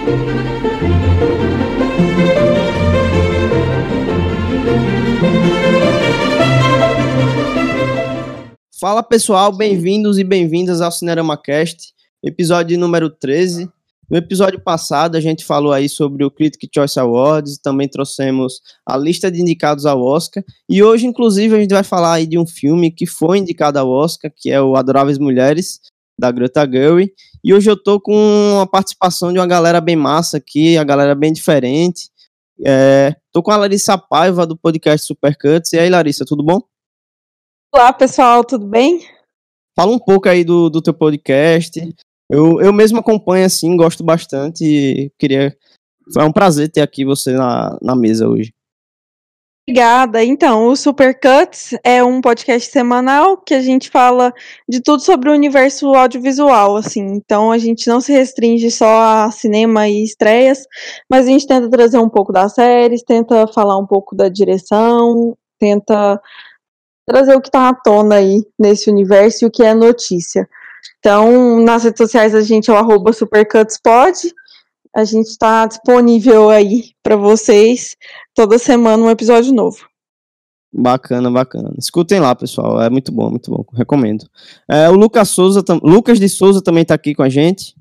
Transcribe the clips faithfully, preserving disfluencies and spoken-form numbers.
Fala pessoal, bem-vindos e bem-vindas ao CinemaCast, episódio número treze. No episódio passado a gente falou aí sobre o Critics' Choice Awards, também trouxemos a lista de indicados ao Oscar, e hoje inclusive a gente vai falar aí de um filme que foi indicado ao Oscar, que é o Adoráveis Mulheres, da Greta Gerwig, e hoje eu tô com a participação de uma galera bem massa aqui, a galera bem diferente. É, tô com a Larissa Paiva do podcast Supercuts. E aí, Larissa, tudo bom? Olá, pessoal, tudo bem? Fala um pouco aí do, do teu podcast. Eu, eu mesmo acompanho, assim, gosto bastante e queria... Foi um prazer ter aqui você na, na mesa hoje. Obrigada. Então, o Supercuts é um podcast semanal que a gente fala de tudo sobre o universo audiovisual, assim. Então, a gente não se restringe só a cinema e estreias, mas a gente tenta trazer um pouco das séries, tenta falar um pouco da direção, tenta trazer o que está à tona aí nesse universo e o que é notícia. Então, nas redes sociais a gente é o arroba supercutspod. A gente está disponível aí para vocês toda semana um episódio novo. Bacana, bacana. Escutem lá, pessoal. É muito bom, muito bom. Recomendo. É, o Lucas Souza, Lucas de Souza também está aqui com a gente.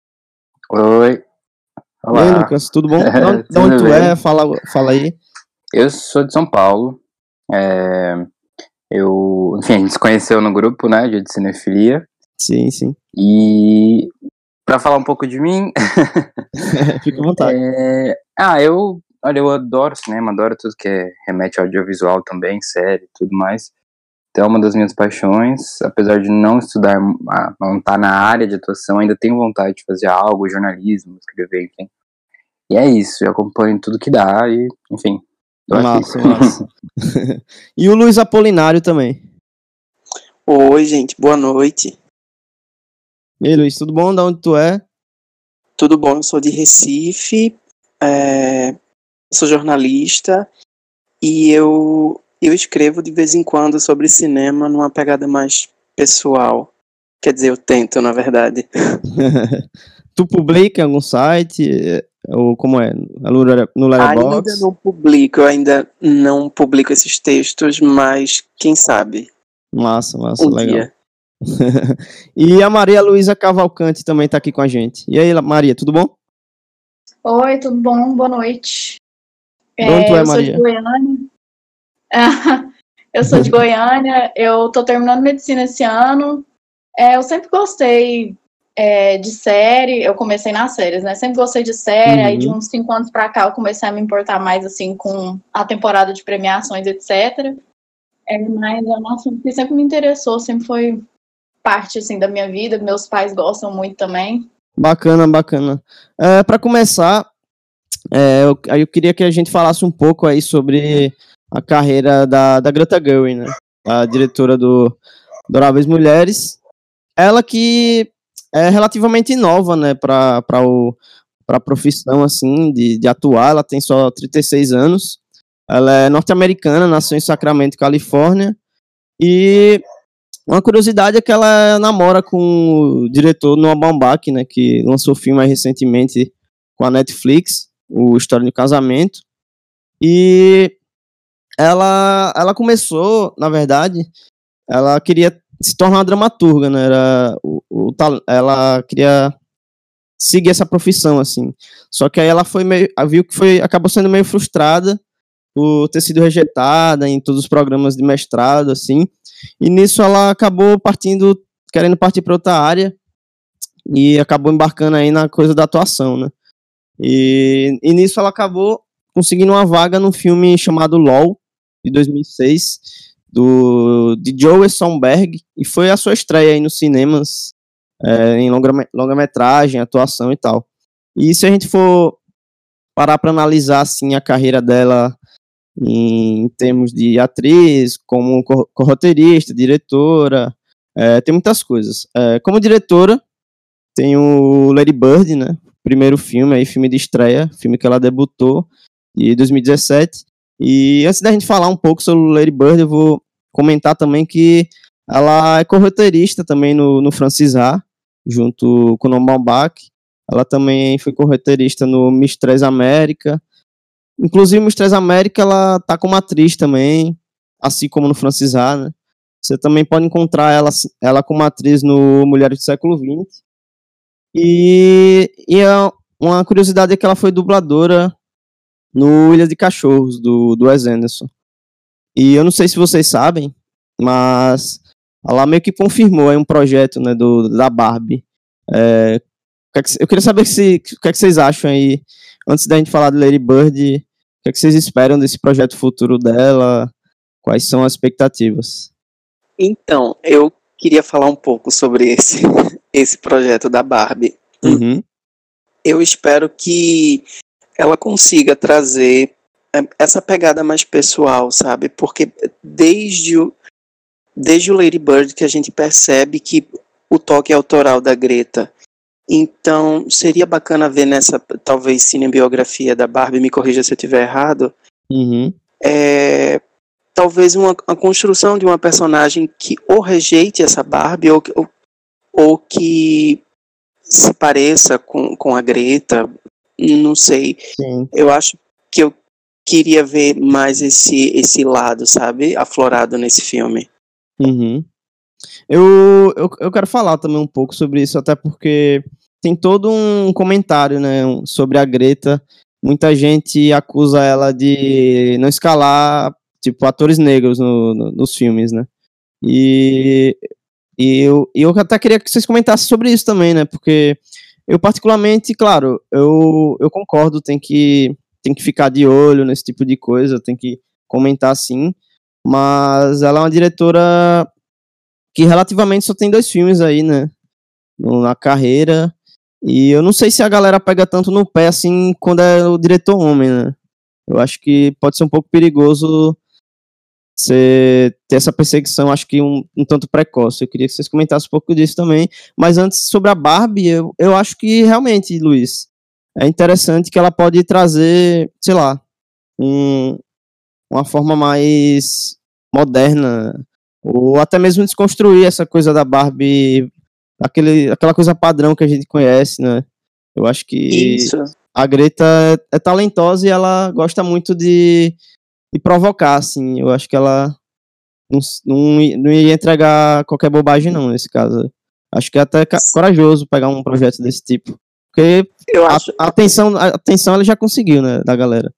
Oi. Olá. E aí, Lucas, tudo bom? De Tudo onde tu bem? é? Fala, fala aí. Eu sou de São Paulo. É, eu, enfim, a gente se conheceu no grupo, né, de cinefilia. Sim, sim. E para falar um pouco de mim, Fica à vontade. é, ah, eu, olha, eu adoro cinema, adoro tudo que é, remete ao audiovisual também, série, tudo mais. Então é uma das minhas paixões, apesar de não estudar, ah, não estar na área de atuação, ainda tenho vontade de fazer algo, jornalismo, escrever, enfim. E é isso, eu acompanho tudo que dá e, enfim, tô Massa, aqui. massa. E o Luiz Apolinário também. Oi, gente, boa noite. E aí, Luiz, tudo bom? De onde tu é? Tudo bom? Eu sou de Recife, é, sou jornalista e eu, eu escrevo de vez em quando sobre cinema numa pegada mais pessoal. Quer dizer, eu tento, na verdade. Tu publica em algum site? Ou como é? No Letterboxd? Ainda não publico, eu ainda não publico esses textos, mas quem sabe? Massa, massa, Um legal. dia. E a Maria Luísa Cavalcante também tá aqui com a gente. E aí, Maria, tudo bom? Oi, tudo bom? Boa noite. De onde tu é, eu sou Maria? de Goiânia. Eu sou de Goiânia, eu tô terminando medicina esse ano. É, eu sempre gostei é, de série, eu comecei nas séries, né? Sempre gostei de série, Uhum. aí de uns cinco anos pra cá eu comecei a me importar mais, assim, com a temporada de premiações, etcétera. É, mas é um assunto que sempre me interessou, sempre foi parte, assim, da minha vida. Meus pais gostam muito também. Bacana, bacana. É, para começar, é, eu, aí eu queria que a gente falasse um pouco aí sobre a carreira da, da Greta Gerwig, né? A diretora do Adoráveis Mulheres. Ela que é relativamente nova, né, para a profissão, assim, de, de atuar. Ela tem só trinta e seis anos. Ela é norte-americana, nasceu em Sacramento, Califórnia. E uma curiosidade é que ela namora com o diretor Noah Baumbach, né, que lançou o filme mais recentemente com a Netflix, o História do Casamento. E ela, ela começou, na verdade, ela queria se tornar uma dramaturga, né, era o, o, ela queria seguir essa profissão, assim. Só que aí ela foi meio, viu que foi, acabou sendo meio frustrada por ter sido rejeitada em todos os programas de mestrado, assim, e nisso ela acabou partindo, querendo partir para outra área, e acabou embarcando aí na coisa da atuação, né, e, e nisso ela acabou conseguindo uma vaga num filme chamado LOL, de dois mil e seis, do, de Joe Sonberg, e foi a sua estreia aí nos cinemas, é, em longa, longa-metragem, atuação e tal. E se a gente for parar para analisar, assim, a carreira dela em termos de atriz, como co-roteirista, diretora, é, tem muitas coisas. É, como diretora, tem o Lady Bird, né? Primeiro filme, aí, filme de estreia, filme que ela debutou, de dois mil e dezessete. E antes da gente falar um pouco sobre o Lady Bird, eu vou comentar também que ela é co-roteirista também no, no Francis Ha, junto com o Noah Baumbach. Ela também foi co-roteirista no Mistress América. Inclusive, no Mistress América, ela tá como atriz também, assim como no Francis Ha, né? Você também pode encontrar ela, ela como atriz no Mulheres do Século vinte. E, e a, uma curiosidade é que ela foi dubladora no Ilha de Cachorros, do, do Wes Anderson. E eu não sei se vocês sabem, mas ela meio que confirmou aí um projeto, né, do, da Barbie. É, eu queria saber se, o que, é que vocês acham aí, antes da gente falar de Lady Bird, o que, é que vocês esperam desse projeto futuro dela, quais são as expectativas? Então, eu queria falar um pouco sobre esse, esse projeto da Barbie. Uhum. Eu espero que ela consiga trazer essa pegada mais pessoal, sabe? Porque desde o, desde o Lady Bird que a gente percebe que o toque autoral da Greta. Então, seria bacana ver nessa, talvez, cinebiografia da Barbie, me corrija se eu estiver errado, Uhum. é, talvez uma, uma construção de uma personagem que ou rejeite essa Barbie ou, ou, ou que se pareça com, com a Greta, não sei. Sim. Eu acho que eu queria ver mais esse, esse lado, sabe, aflorado nesse filme. Uhum. Eu, eu, eu quero falar também um pouco sobre isso, até porque tem todo um comentário, né, sobre a Greta. Muita gente acusa ela de não escalar, tipo, atores negros no, no, nos filmes, né? E, e eu, eu até queria que vocês comentassem sobre isso também, né? Porque eu, particularmente, claro, eu, eu concordo, tem que, tem que ficar de olho nesse tipo de coisa, tem que comentar sim, mas ela é uma diretora que relativamente só tem dois filmes aí, né, na carreira, e eu não sei se a galera pega tanto no pé, assim, quando é o diretor homem, né. Eu acho que pode ser um pouco perigoso você ter essa perseguição, acho que um, um tanto precoce. Eu queria que vocês comentassem um pouco disso também, mas antes, sobre a Barbie, eu, eu acho que realmente, Luiz, é interessante que ela pode trazer, sei lá, um, uma forma mais moderna, ou até mesmo desconstruir essa coisa da Barbie, aquele, aquela coisa padrão que a gente conhece, né? Eu acho que Isso. a Greta é, é talentosa e ela gosta muito de, de provocar, assim. Eu acho que ela não, não, não ia entregar qualquer bobagem, não, nesse caso. Acho que é até corajoso pegar um projeto desse tipo. Porque eu acho... a, a, atenção, a atenção ela já conseguiu, né, da galera.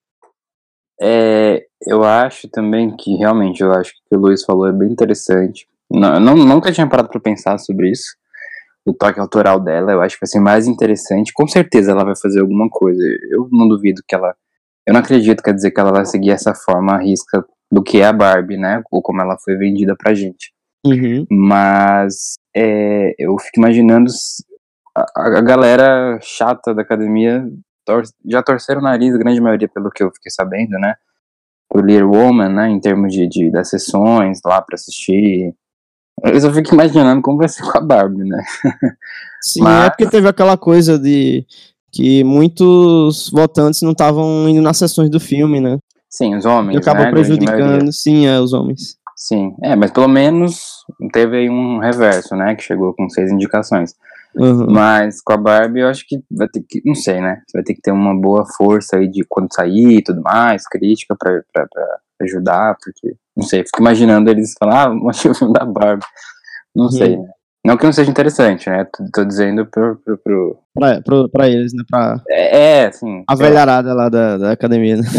É, eu acho também que, realmente, eu acho que o que o Luiz falou é bem interessante. Não, não, nunca tinha parado para pensar sobre isso. O toque autoral dela, eu acho que vai ser mais interessante. Com certeza ela vai fazer alguma coisa. Eu não duvido que ela... Eu não acredito, quer dizer, que ela vai seguir essa forma à risca do que é a Barbie, né? Ou como ela foi vendida pra gente. Uhum. Mas é, eu fico imaginando a, a galera chata da academia tor já torceram o nariz, a grande maioria, pelo que eu fiquei sabendo, né? Pro Little Woman, né? Em termos de, de das sessões lá pra assistir. Eu só fico imaginando como vai ser com a Barbie, né? Sim, Mas... é porque teve aquela coisa de que muitos votantes não estavam indo nas sessões do filme, né? Sim, os homens, e acabou né? prejudicando, sim, é, os homens. Sim, é, mas pelo menos teve aí um reverso, né? Que chegou com seis indicações. Uhum. Mas com a Barbie eu acho que vai ter que, não sei, né? Você vai ter que ter uma boa força aí de quando sair e tudo mais, crítica pra, pra, pra ajudar, porque, não sei, fico imaginando eles falar, ah, vamos assistir o filme da Barbie. Não Uhum. sei, né? Não que não seja interessante, né? Tô, tô dizendo pro... pro, pro... Pra, pro, pra eles, né? Pra é, é, assim... a velharada lá da, da academia, né?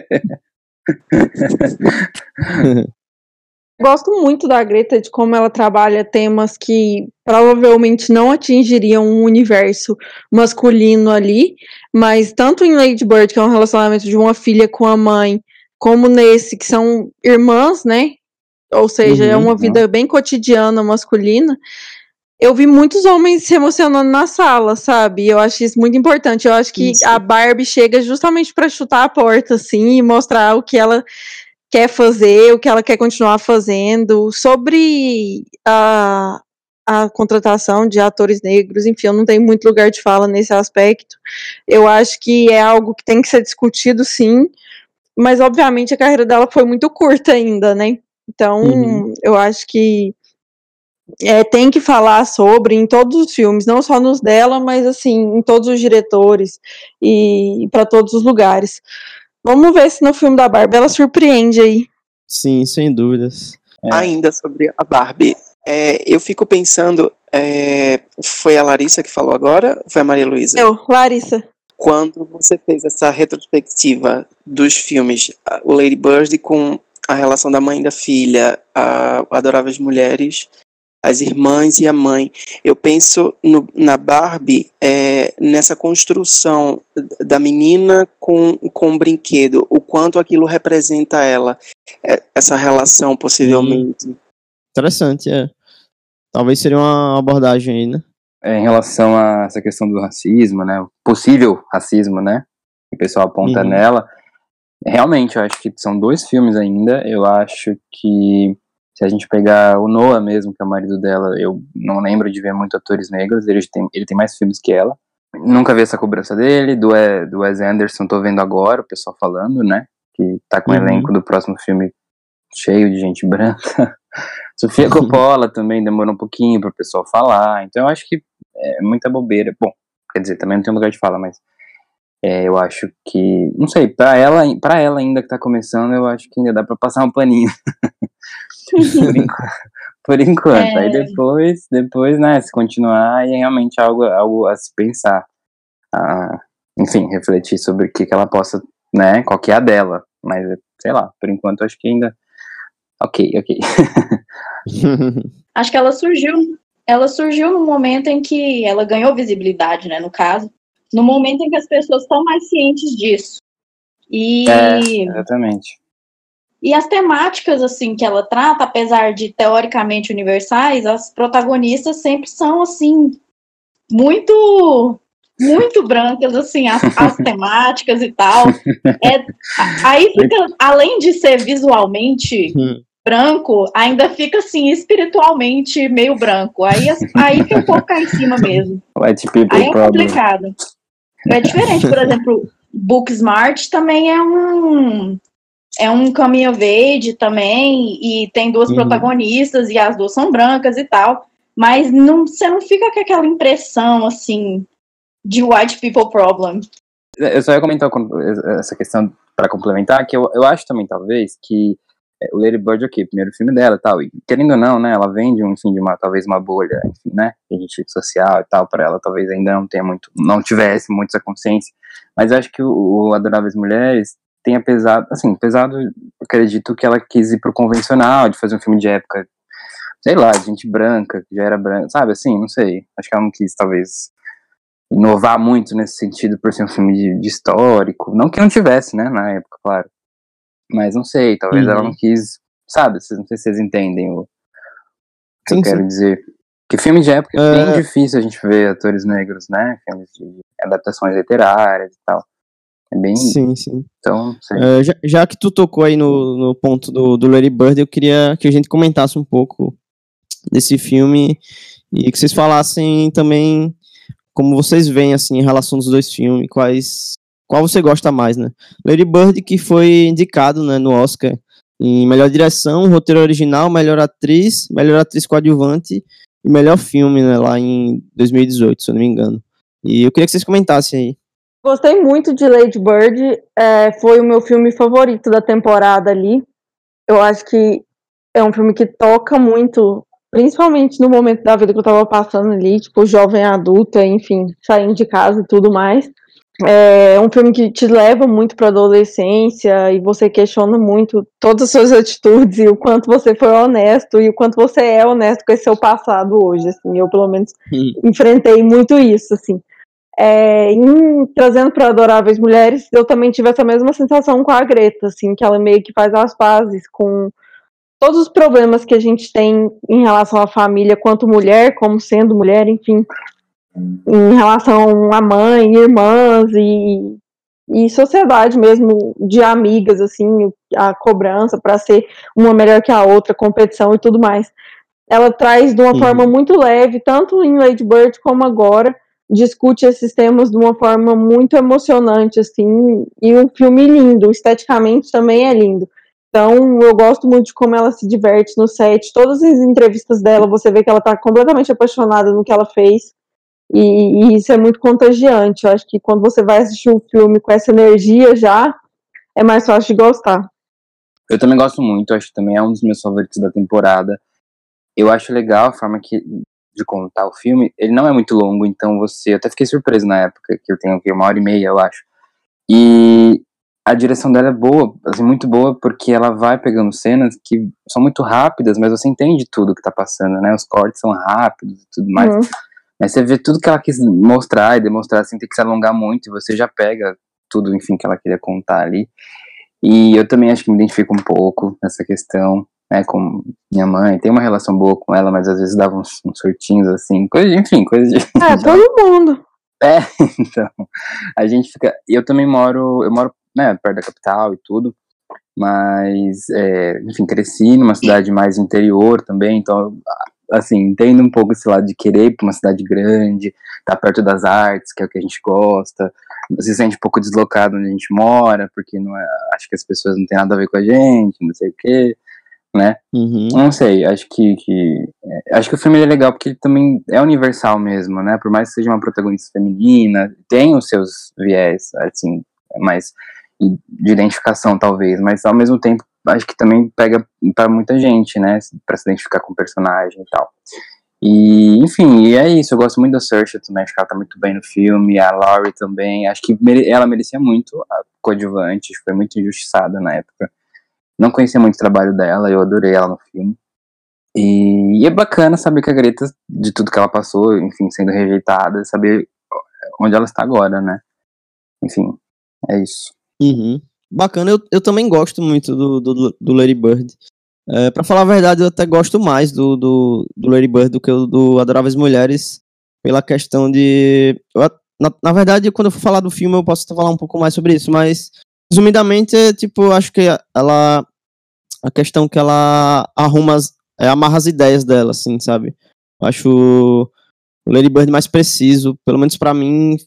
Gosto muito da Greta, de como ela trabalha temas que provavelmente não atingiriam um universo masculino ali, mas tanto em Lady Bird, que é um relacionamento de uma filha com a mãe, como nesse, que são irmãs, né? Ou seja, Uhum, é uma vida bem cotidiana masculina. Eu vi muitos homens se emocionando na sala, sabe? Eu acho isso muito importante. Eu acho que Isso. a Barbie chega justamente para chutar a porta, assim, e mostrar o que ela quer fazer, o que ela quer continuar fazendo, sobre a, a contratação de atores negros, enfim, eu não tenho muito lugar de fala nesse aspecto. Eu acho que é algo que tem que ser discutido, sim, mas obviamente a carreira dela foi muito curta ainda, né? Então, uhum. eu acho que é, tem que falar sobre em todos os filmes, não só nos dela, mas assim, em todos os diretores e, e para todos os lugares. Vamos ver se no filme da Barbie ela surpreende aí. Sim, sem dúvidas. É. Ainda sobre a Barbie, é, eu fico pensando, é, foi a Larissa que falou agora ou foi a Maria Luísa? Eu, Larissa. Quando você fez essa retrospectiva dos filmes, o Lady Bird com a relação da mãe e da filha, a Adoráveis Mulheres, as irmãs e a mãe, eu penso no, na Barbie, é, nessa construção da menina com, com o brinquedo, o quanto aquilo representa ela, é, essa relação possivelmente. Hum, interessante, é. Talvez seria uma abordagem aí, né? É, em relação a essa questão do racismo, né, o possível racismo, né, que o pessoal aponta uhum. nela, realmente eu acho que são dois filmes ainda. Eu acho que se a gente pegar o Noah mesmo, que é o marido dela, eu não lembro de ver muito atores negros, ele tem, ele tem mais filmes que ela. Nunca vi essa cobrança dele. Do, do Wes Anderson tô vendo agora, o pessoal falando, né, que tá com o uhum. elenco do próximo filme cheio de gente branca. Sofia Coppola também demorou um pouquinho pro pessoal falar, então eu acho que é muita bobeira. Bom, quer dizer, também não tem lugar de fala, mas é, eu acho que, não sei, pra ela, pra ela ainda que tá começando, eu acho que ainda dá pra passar um paninho. por, enquanto, por enquanto. É. Aí depois, depois, né, se continuar, é realmente algo, algo a se pensar. A, enfim, refletir sobre o que, que ela possa, né, qual que é a dela. Mas, sei lá, por enquanto acho que ainda... Ok, ok. Acho que ela surgiu, ela surgiu no momento em que ela ganhou visibilidade, né, no caso. No momento em que as pessoas estão mais cientes disso. E... É, exatamente. E as temáticas, assim, que ela trata, apesar de teoricamente universais, as protagonistas sempre são, assim, muito, muito brancas, assim, as, as temáticas e tal. É, aí fica, além de ser visualmente branco, ainda fica, assim, espiritualmente meio branco. Aí, aí que o povo cai em cima mesmo. White people aí é problem. complicado. É diferente, por exemplo, Booksmart também é um... É um coming of age também, e tem duas uhum. protagonistas, e as duas são brancas e tal, mas não, você não fica com aquela impressão, assim, de white people problem. Eu só ia comentar essa questão para complementar, que eu, eu acho também, talvez, que o Lady Bird, ok, o primeiro filme dela e tal, e querendo ou não, né, ela vem de, um, enfim, de uma, talvez uma bolha, enfim, né, de gente social e tal, para ela talvez ainda não tenha muito, não tivesse muito essa consciência, mas eu acho que o, o Adoráveis Mulheres tenha pesado, assim, pesado, eu acredito que ela quis ir pro convencional, de fazer um filme de época, sei lá, de gente branca, que já era branca, sabe, assim, não sei, acho que ela não quis, talvez, inovar muito nesse sentido, por ser um filme de, de histórico, não que não tivesse, né, na época, claro, mas não sei, talvez uhum. ela não quis, sabe, não sei se vocês entendem o que sim, eu quero sim. dizer, que filme de época é bem uh... difícil a gente ver atores negros, né, filmes de adaptações literárias e tal. É bem... Sim, sim. Então, uh, já, já que tu tocou aí no, no ponto do, do Lady Bird, eu queria que a gente comentasse um pouco desse filme e que vocês falassem também como vocês veem, assim, em relação dos dois filmes, quais, qual você gosta mais, né? Lady Bird, que foi indicado, né, no Oscar em melhor direção, roteiro original, melhor atriz, melhor atriz coadjuvante e melhor filme, né, lá em dois mil e dezoito, se eu não me engano. E eu queria que vocês comentassem aí. Gostei muito de Lady Bird, é, foi o meu filme favorito da temporada ali. Eu acho que é um filme que toca muito, principalmente no momento da vida que eu tava passando ali, tipo, jovem adulta, enfim, saindo de casa e tudo mais. É um filme que te leva muito pra adolescência e você questiona muito todas as suas atitudes e o quanto você foi honesto e o quanto você é honesto com esse seu passado hoje, assim. Eu, pelo menos, hum. enfrentei muito isso, assim. É, em, trazendo para Adoráveis Mulheres, eu também tive essa mesma sensação com a Greta, assim, que ela meio que faz as pazes com todos os problemas que a gente tem em relação à família, quanto mulher, como sendo mulher, enfim, em relação à mãe, irmãs e, e sociedade mesmo, de amigas, assim, a cobrança para ser uma melhor que a outra, competição e tudo mais. Ela traz de uma uhum. forma muito leve, tanto em Lady Bird como agora, discute esses temas de uma forma muito emocionante, assim, e um filme lindo, esteticamente também é lindo. Então, eu gosto muito de como ela se diverte no set. Todas as entrevistas dela, você vê que ela tá completamente apaixonada no que ela fez. E, e isso é muito contagiante. Eu acho que quando você vai assistir um filme com essa energia já, é mais fácil de gostar. Eu também gosto muito, acho que também é um dos meus favoritos da temporada. Eu acho legal a forma que, de contar o filme. Ele não é muito longo, então você... Eu até fiquei surpreso na época, que eu tenho aqui uma hora e meia, eu acho. E a direção dela é boa, assim, muito boa, porque ela vai pegando cenas que são muito rápidas, mas você entende tudo que tá passando, né? Os cortes são rápidos e tudo mais. Uhum. Mas você vê tudo que ela quis mostrar e demonstrar, sem ter que se alongar muito, e você já pega tudo, enfim, que ela queria contar ali. E eu também acho que me identifico um pouco nessa questão, né, com minha mãe. Tem uma relação boa com ela, mas às vezes dava uns, uns surtinhos, assim, coisa de, enfim, coisa de... É, todo mundo. É, então, a gente fica... Eu também moro, eu moro, né, perto da capital e tudo, mas, é, enfim, cresci numa cidade mais interior também, então, assim, entendo um pouco esse lado de querer ir pra uma cidade grande, estar perto das artes, que é o que a gente gosta, se sente um pouco deslocado onde a gente mora, porque não é, acho que as pessoas não têm nada a ver com a gente, não sei o quê, né? Uhum. Não sei, acho que, que é, acho que o filme é legal porque ele também é universal mesmo, né? Por mais que seja uma protagonista feminina, tem os seus viés, assim, mais de identificação talvez, mas ao mesmo tempo acho que também pega pra muita gente, né? Pra se identificar com o personagem e tal. E, enfim, e é isso, eu gosto muito da Saoirse também, acho que ela tá muito bem no filme, a Laurie também, acho que mere- ela merecia muito a coadjuvante, foi muito injustiçada na época. Não conhecia muito o trabalho dela, eu adorei ela no filme. E, e é bacana saber que a Greta, de tudo que ela passou, enfim, sendo rejeitada, saber onde ela está agora, né? Enfim, é isso. Uhum. Bacana, eu, eu também gosto muito do, do, do Lady Bird. É, pra falar a verdade, eu até gosto mais do, do, do Lady Bird do que o do Adoráveis Mulheres, pela questão de... Eu, na, na verdade, quando eu for falar do filme, eu posso falar um pouco mais sobre isso, mas, resumidamente, é, tipo, eu acho que ela... A questão que ela arruma, as, é, amarra as ideias dela, assim, sabe? Eu acho o Lady Bird mais preciso, pelo menos pra mim,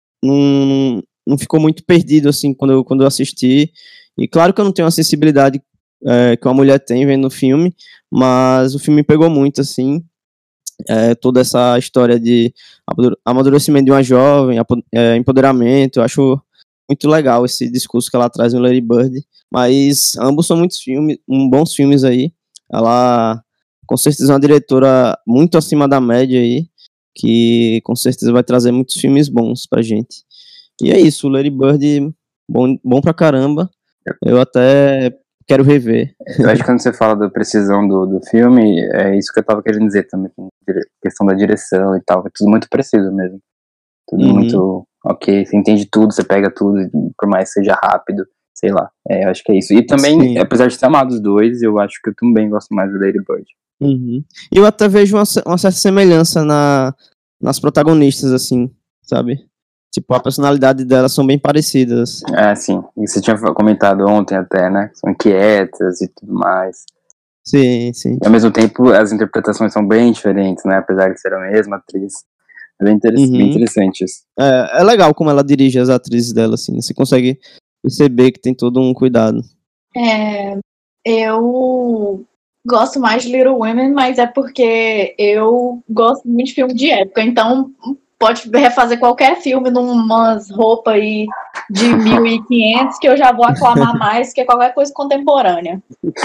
não, não ficou muito perdido, assim, quando eu, quando eu assisti. E claro que eu não tenho a sensibilidade é, que uma mulher tem vendo o filme, mas o filme me pegou muito, assim, é, toda essa história de amadurecimento de uma jovem, é, empoderamento, eu acho muito legal esse discurso que ela traz no Lady Bird, mas ambos são muitos filmes, um, bons filmes aí, ela com certeza é uma diretora muito acima da média aí, que com certeza vai trazer muitos filmes bons pra gente. E é isso, o Lady Bird, bom, bom pra caramba, eu até quero rever. Eu acho que quando você fala da precisão do, do filme, é isso que eu tava querendo dizer também, questão da direção e tal, é tudo muito preciso mesmo. Tudo uhum. muito ok, você entende tudo, você pega tudo, por mais que seja rápido, sei lá, é, eu acho que é isso. E também, Sim. apesar de ter amado os dois, eu acho que eu também gosto mais do Lady Bird. Uhum. Eu até vejo uma, uma certa semelhança na, nas protagonistas, assim, sabe? Tipo, a personalidade delas são bem parecidas. É, sim. E você tinha comentado ontem até, né? São inquietas e tudo mais. Sim, sim. E ao mesmo tempo, as interpretações são bem diferentes, né? Apesar de ser a mesma atriz. É bem, inter- uhum. bem interessante isso. É, é legal como ela dirige as atrizes dela, assim. Você consegue perceber que tem todo um cuidado. É, eu gosto mais de Little Women, mas é porque eu gosto muito de filme de época. Então... pode refazer qualquer filme numas roupas aí de mil e quinhentos que eu já vou aclamar mais que qualquer coisa contemporânea.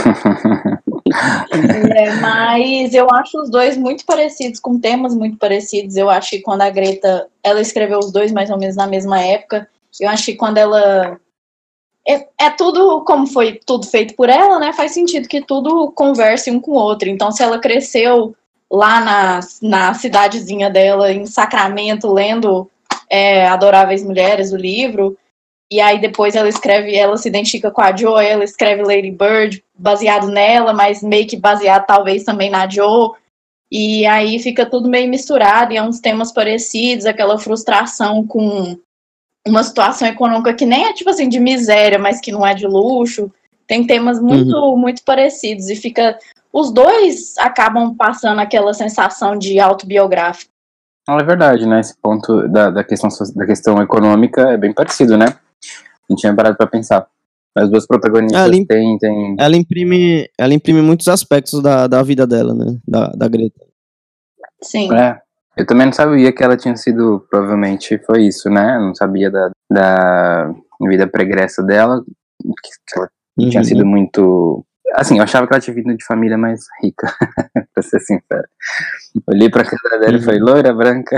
É, mas eu acho os dois muito parecidos, com temas muito parecidos. Eu acho que quando a Greta, ela escreveu os dois mais ou menos na mesma época, eu acho que quando ela... É, é tudo, como foi tudo feito por ela, né? Faz sentido que tudo converse um com o outro. Então, se ela cresceu lá na, na cidadezinha dela, em Sacramento, lendo é, Adoráveis Mulheres, o livro, e aí depois ela escreve, ela se identifica com a Jo, ela escreve Lady Bird baseado nela, mas meio que baseado talvez também na Jo, e aí fica tudo meio misturado, e é uns temas parecidos, aquela frustração com uma situação econômica que nem é tipo assim de miséria, mas que não é de luxo, tem temas muito, uhum. muito parecidos, e fica... Os dois acabam passando aquela sensação de autobiográfico. Não, é verdade, né? Esse ponto da, da, questão, da questão econômica é bem parecido, né? Não tinha parado pra pensar. As duas protagonistas Ela, im- têm, têm... ela, imprime, ela imprime muitos aspectos da, da vida dela, né? Da, da Greta. Sim. É, eu também não sabia que ela tinha sido, provavelmente foi isso, né? Eu não sabia da, da vida pregressa dela, que, que ela Uhum. tinha sido muito... Assim, eu achava que ela tinha vindo de família mais rica, pra ser sincero. Olhei pra cara dela e Uhum. falei, loira, branca.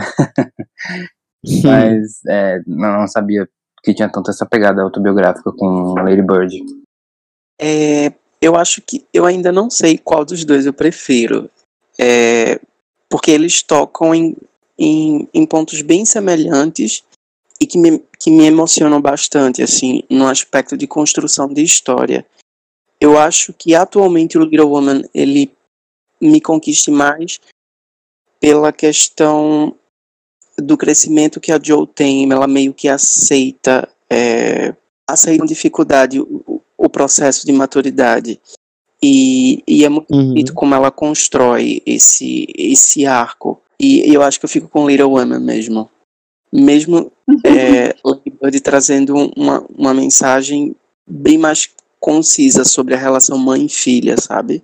Mas é, não, não sabia que tinha tanto essa pegada autobiográfica com Lady Bird. É, eu acho que eu ainda não sei qual dos dois eu prefiro. É, porque eles tocam em, em, em pontos bem semelhantes e que me, que me emocionam bastante, assim, no aspecto de construção de história. Eu acho que atualmente o Little Woman, ele me conquiste mais pela questão do crescimento que a Jo tem. Ela meio que aceita, é, aceita com dificuldade o, o processo de maturidade. E, e é muito Uhum. bonito como ela constrói esse, esse arco. E, e eu acho que eu fico com Little Women mesmo. Mesmo é, Lady Bird trazendo uma, uma mensagem bem mais concisa sobre a relação mãe e filha, sabe?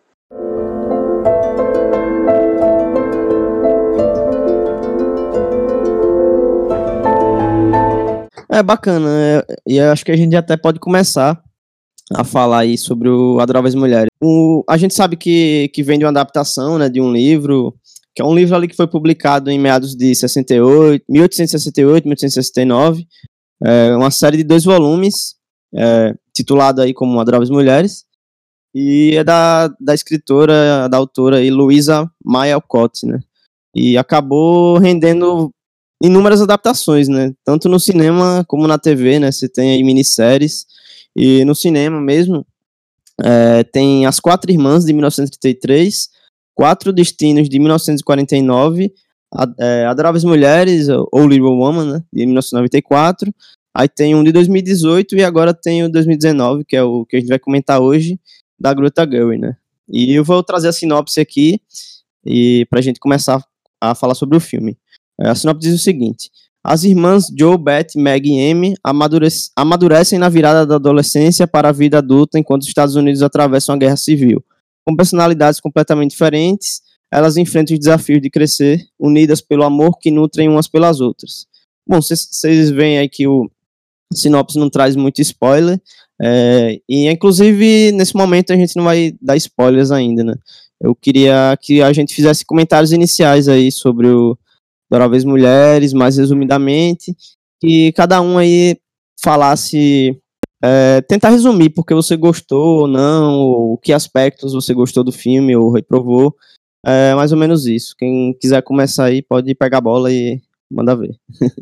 É bacana, é, e eu acho que a gente até pode começar a falar aí sobre o Adoráveis Mulheres. O, a gente sabe que, que vem de uma adaptação, né, de um livro, que é um livro ali que foi publicado em meados de sessenta e oito, mil oitocentos e sessenta e oito, mil oitocentos e sessenta e nove, é uma série de dois volumes, é, titulado aí como Adoráveis Mulheres, e é da, da escritora, da autora aí, Louisa May Alcott, né, e acabou rendendo inúmeras adaptações, né, tanto no cinema como na T V, né, você tem aí minisséries, e no cinema mesmo, é, tem As Quatro Irmãs, de mil novecentos e trinta e três, Quatro Destinos, de mil novecentos e quarenta e nove, é, Adoráveis Mulheres, ou Little Woman, né, de mil novecentos e noventa e quatro, aí tem um de dois mil e dezoito e agora tem o dois mil e dezenove, que é o que a gente vai comentar hoje, da Greta Gerwig, né. E eu vou trazer a sinopse aqui, e pra gente começar a falar sobre o filme. A sinopse diz o seguinte: as irmãs Joe, Beth, Meg e Amy amadurec- amadurecem na virada da adolescência para a vida adulta enquanto os Estados Unidos atravessam a guerra civil. Com personalidades completamente diferentes, elas enfrentam os desafios de crescer, unidas pelo amor que nutrem umas pelas outras. Bom, vocês veem aí que o sinopse não traz muito spoiler, é, e inclusive nesse momento a gente não vai dar spoilers ainda, né? Eu queria que a gente fizesse comentários iniciais aí sobre o Adoráveis Mulheres, mais resumidamente, que cada um aí falasse, é, tentar resumir porque você gostou ou não, ou que aspectos você gostou do filme ou reprovou, é mais ou menos isso. Quem quiser começar aí pode pegar a bola e mandar ver.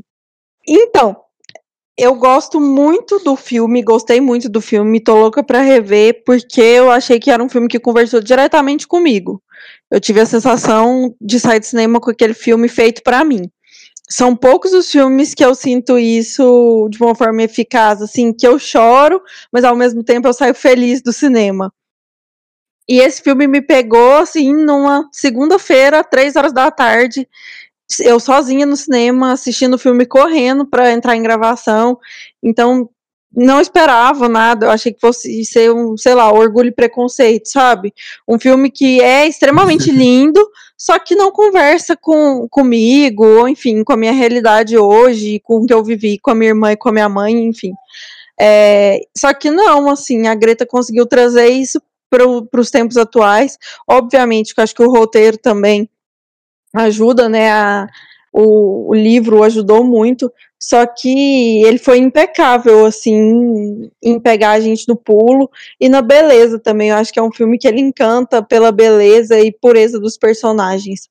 Então, eu gosto muito do filme, gostei muito do filme, tô louca pra rever, porque eu achei que era um filme que conversou diretamente comigo. Eu tive a sensação de sair do cinema com aquele filme feito pra mim. São poucos os filmes que eu sinto isso de uma forma eficaz, assim, que eu choro, mas ao mesmo tempo eu saio feliz do cinema. E esse filme me pegou, assim, numa segunda-feira, três horas da tarde, eu sozinha no cinema, assistindo o filme correndo para entrar em gravação, então não esperava nada, eu achei que fosse ser um, sei lá, Orgulho e Preconceito, sabe? Um filme que é extremamente lindo, só que não conversa com, comigo, ou enfim, com a minha realidade hoje, com o que eu vivi com a minha irmã e com a minha mãe, enfim. É, só que não, assim, a Greta conseguiu trazer isso para os tempos atuais, obviamente, que eu acho que o roteiro também ajuda, né, a, o, o livro ajudou muito, só que ele foi impecável, assim, em pegar a gente no pulo, e na beleza também, eu acho que é um filme que ele encanta pela beleza e pureza dos personagens.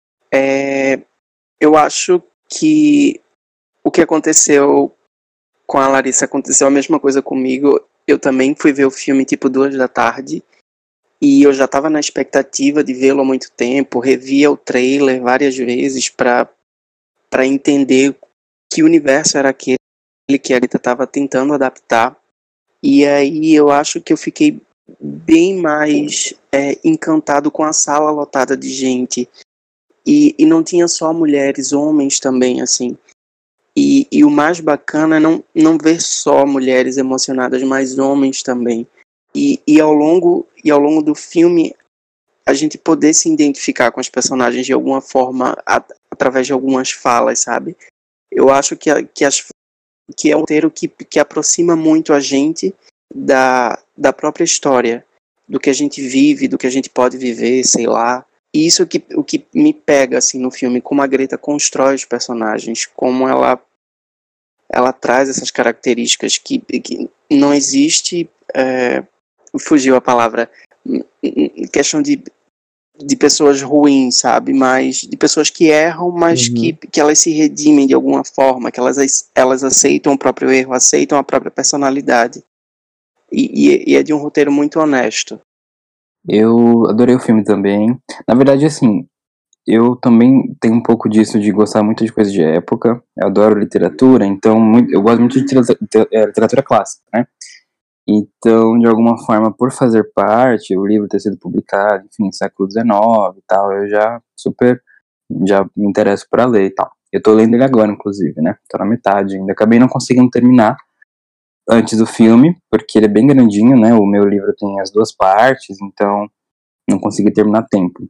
É, eu acho que o que aconteceu com a Larissa aconteceu a mesma coisa comigo. Eu também fui ver o filme tipo duas da tarde, e eu já estava na expectativa de vê-lo há muito tempo, revia o trailer várias vezes para para entender que universo era aquele que a Greta estava tentando adaptar. E aí eu acho que eu fiquei bem mais é, encantado com a sala lotada de gente. E, e não tinha só mulheres, homens também, assim. E, e o mais bacana é não, não ver só mulheres emocionadas, mas homens também. E, e, ao longo, e ao longo do filme, a gente poder se identificar com os personagens de alguma forma, a, através de algumas falas, sabe? Eu acho que, a, que, as, que é um roteiro que, que aproxima muito a gente da, da própria história, do que a gente vive, do que a gente pode viver, sei lá. E isso que, o que me pega assim, no filme, como a Greta constrói os personagens, como ela, ela traz essas características que, que não existe, é, fugiu a palavra, questão de, de pessoas ruins, sabe? Mas de pessoas que erram, mas uhum. que, que elas se redimem de alguma forma, que elas, elas aceitam o próprio erro, aceitam a própria personalidade. E, e, e é de um roteiro muito honesto. Eu adorei o filme também. Na verdade, assim, eu também tenho um pouco disso de gostar muito de coisa de época. Eu adoro literatura, então muito, eu gosto muito de literatura, literatura clássica, né? Então, de alguma forma, por fazer parte, o livro ter sido publicado, enfim, século dezenove e tal, eu já super, já me interesso para ler e tal. Eu tô lendo ele agora, inclusive, né? Tô na metade ainda. Acabei não conseguindo terminar antes do filme, porque ele é bem grandinho, né? O meu livro tem as duas partes, então não consegui terminar a tempo.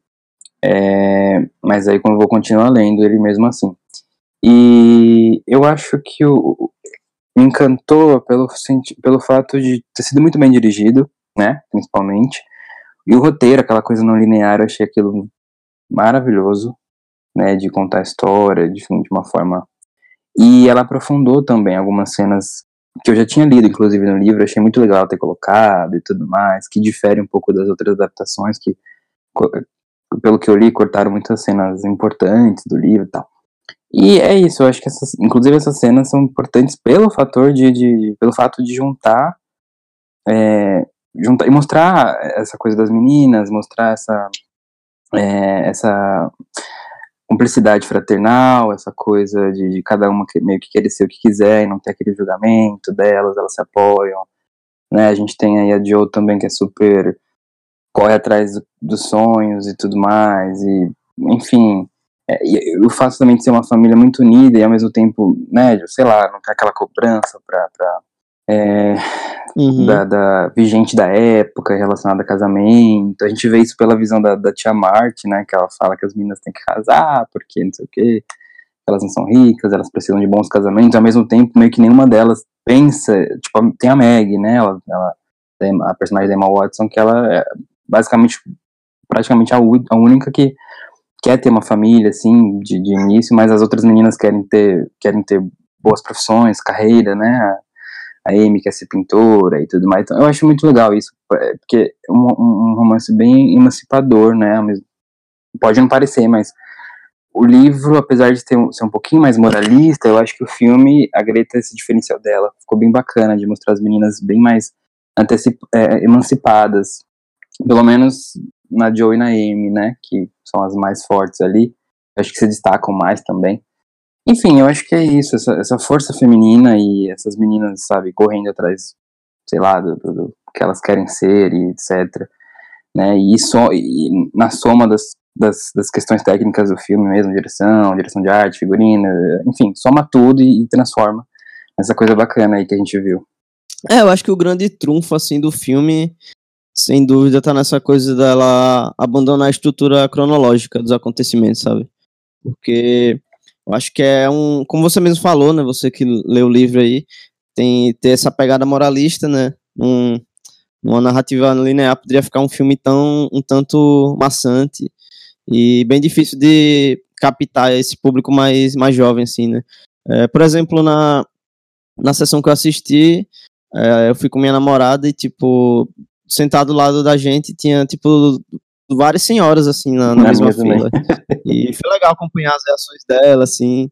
É, mas aí quando eu vou continuar lendo ele mesmo assim. E eu acho que o, me encantou pelo, pelo fato de ter sido muito bem dirigido, né? Principalmente. E o roteiro, aquela coisa não linear, eu achei aquilo maravilhoso, né? De contar a história de, de uma forma... E ela aprofundou também algumas cenas que eu já tinha lido, inclusive, no livro, achei muito legal ter colocado e tudo mais, que difere um pouco das outras adaptações, que, pelo que eu li, cortaram muitas cenas importantes do livro e tal. E é isso, eu acho que essas, inclusive essas cenas são importantes pelo fator de, de pelo fato de juntar, é, juntar e mostrar essa coisa das meninas, mostrar essa, é, essa cumplicidade fraternal, essa coisa de, de cada uma que, meio que querer ser o que quiser e não ter aquele julgamento delas, elas se apoiam, né? A gente tem aí a Joe também, que é super, corre atrás do, dos sonhos e tudo mais, e enfim, é, e o fato também de ser uma família muito unida e ao mesmo tempo, né, sei lá, não tem aquela cobrança pra, pra é, uhum. da, da vigente da época relacionada a casamento. A gente vê isso pela visão da, da tia Marty, né, que ela fala que as meninas têm que casar porque não sei o que, elas não são ricas, elas precisam de bons casamentos, ao mesmo tempo meio que nenhuma delas pensa, tipo, tem a Meg, né, ela, ela, a personagem da Emma Watson, que ela é basicamente, praticamente a, a única que quer ter uma família, assim, de, de início, mas as outras meninas querem ter, querem ter boas profissões, carreira, né, a Amy quer ser pintora e tudo mais. Então eu acho muito legal isso, porque é um, um romance bem emancipador, né, pode não parecer, mas o livro, apesar de ter um, ser um pouquinho mais moralista, eu acho que o filme, a Greta, esse diferencial dela, ficou bem bacana, de mostrar as meninas bem mais antecip, é, emancipadas, pelo menos na Joe e na Amy, né, que são as mais fortes ali, eu acho que se destacam mais também. Enfim, eu acho que é isso, essa, essa força feminina e essas meninas, sabe, correndo atrás, sei lá, do, do, do que elas querem ser e etcétera. Né, e, só, e na soma das, das, das questões técnicas do filme mesmo, direção, direção de arte, figurina, enfim, soma tudo e, e transforma essa coisa bacana aí que a gente viu. É, eu acho que o grande trunfo, assim, do filme, sem dúvida, tá nessa coisa dela abandonar a estrutura cronológica dos acontecimentos, sabe? Porque eu acho que é um... Como você mesmo falou, né? Você que leu o livro aí, tem ter essa pegada moralista, né? Um, uma narrativa linear poderia ficar um filme tão, um tanto maçante e bem difícil de captar esse público mais, mais jovem, assim, né? É, por exemplo, na, na sessão que eu assisti, é, eu fui com minha namorada e, tipo, sentado do lado da gente tinha, tipo, várias senhoras, assim, na, na mesma fila. E foi legal acompanhar as reações dela, assim.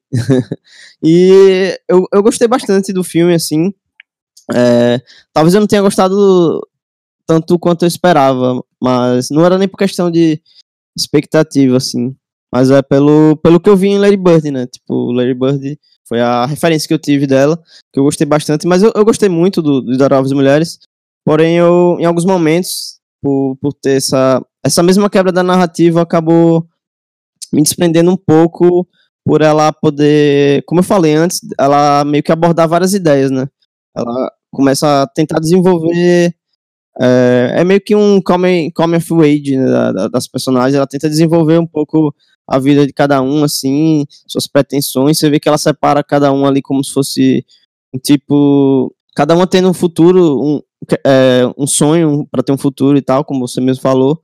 E eu, eu gostei bastante do filme, assim. É, talvez eu não tenha gostado tanto quanto eu esperava, mas não era nem por questão de expectativa, assim. Mas é pelo, pelo que eu vi em Lady Bird, né? Tipo, Lady Bird foi a referência que eu tive dela, que eu gostei bastante. Mas eu, eu gostei muito do, do Adoráveis Mulheres. Porém, eu, em alguns momentos, por, por ter essa, essa mesma quebra da narrativa, acabou me desprendendo um pouco por ela poder, como eu falei antes, ela meio que abordar várias ideias, né? Ela começa a tentar desenvolver, é, é meio que um coming, coming of age, né, da, da, das personagens. Ela tenta desenvolver um pouco a vida de cada um, assim, suas pretensões. Você vê que ela separa cada um ali como se fosse um tipo, cada uma tendo um futuro, um, é, um sonho para ter um futuro e tal, como você mesmo falou,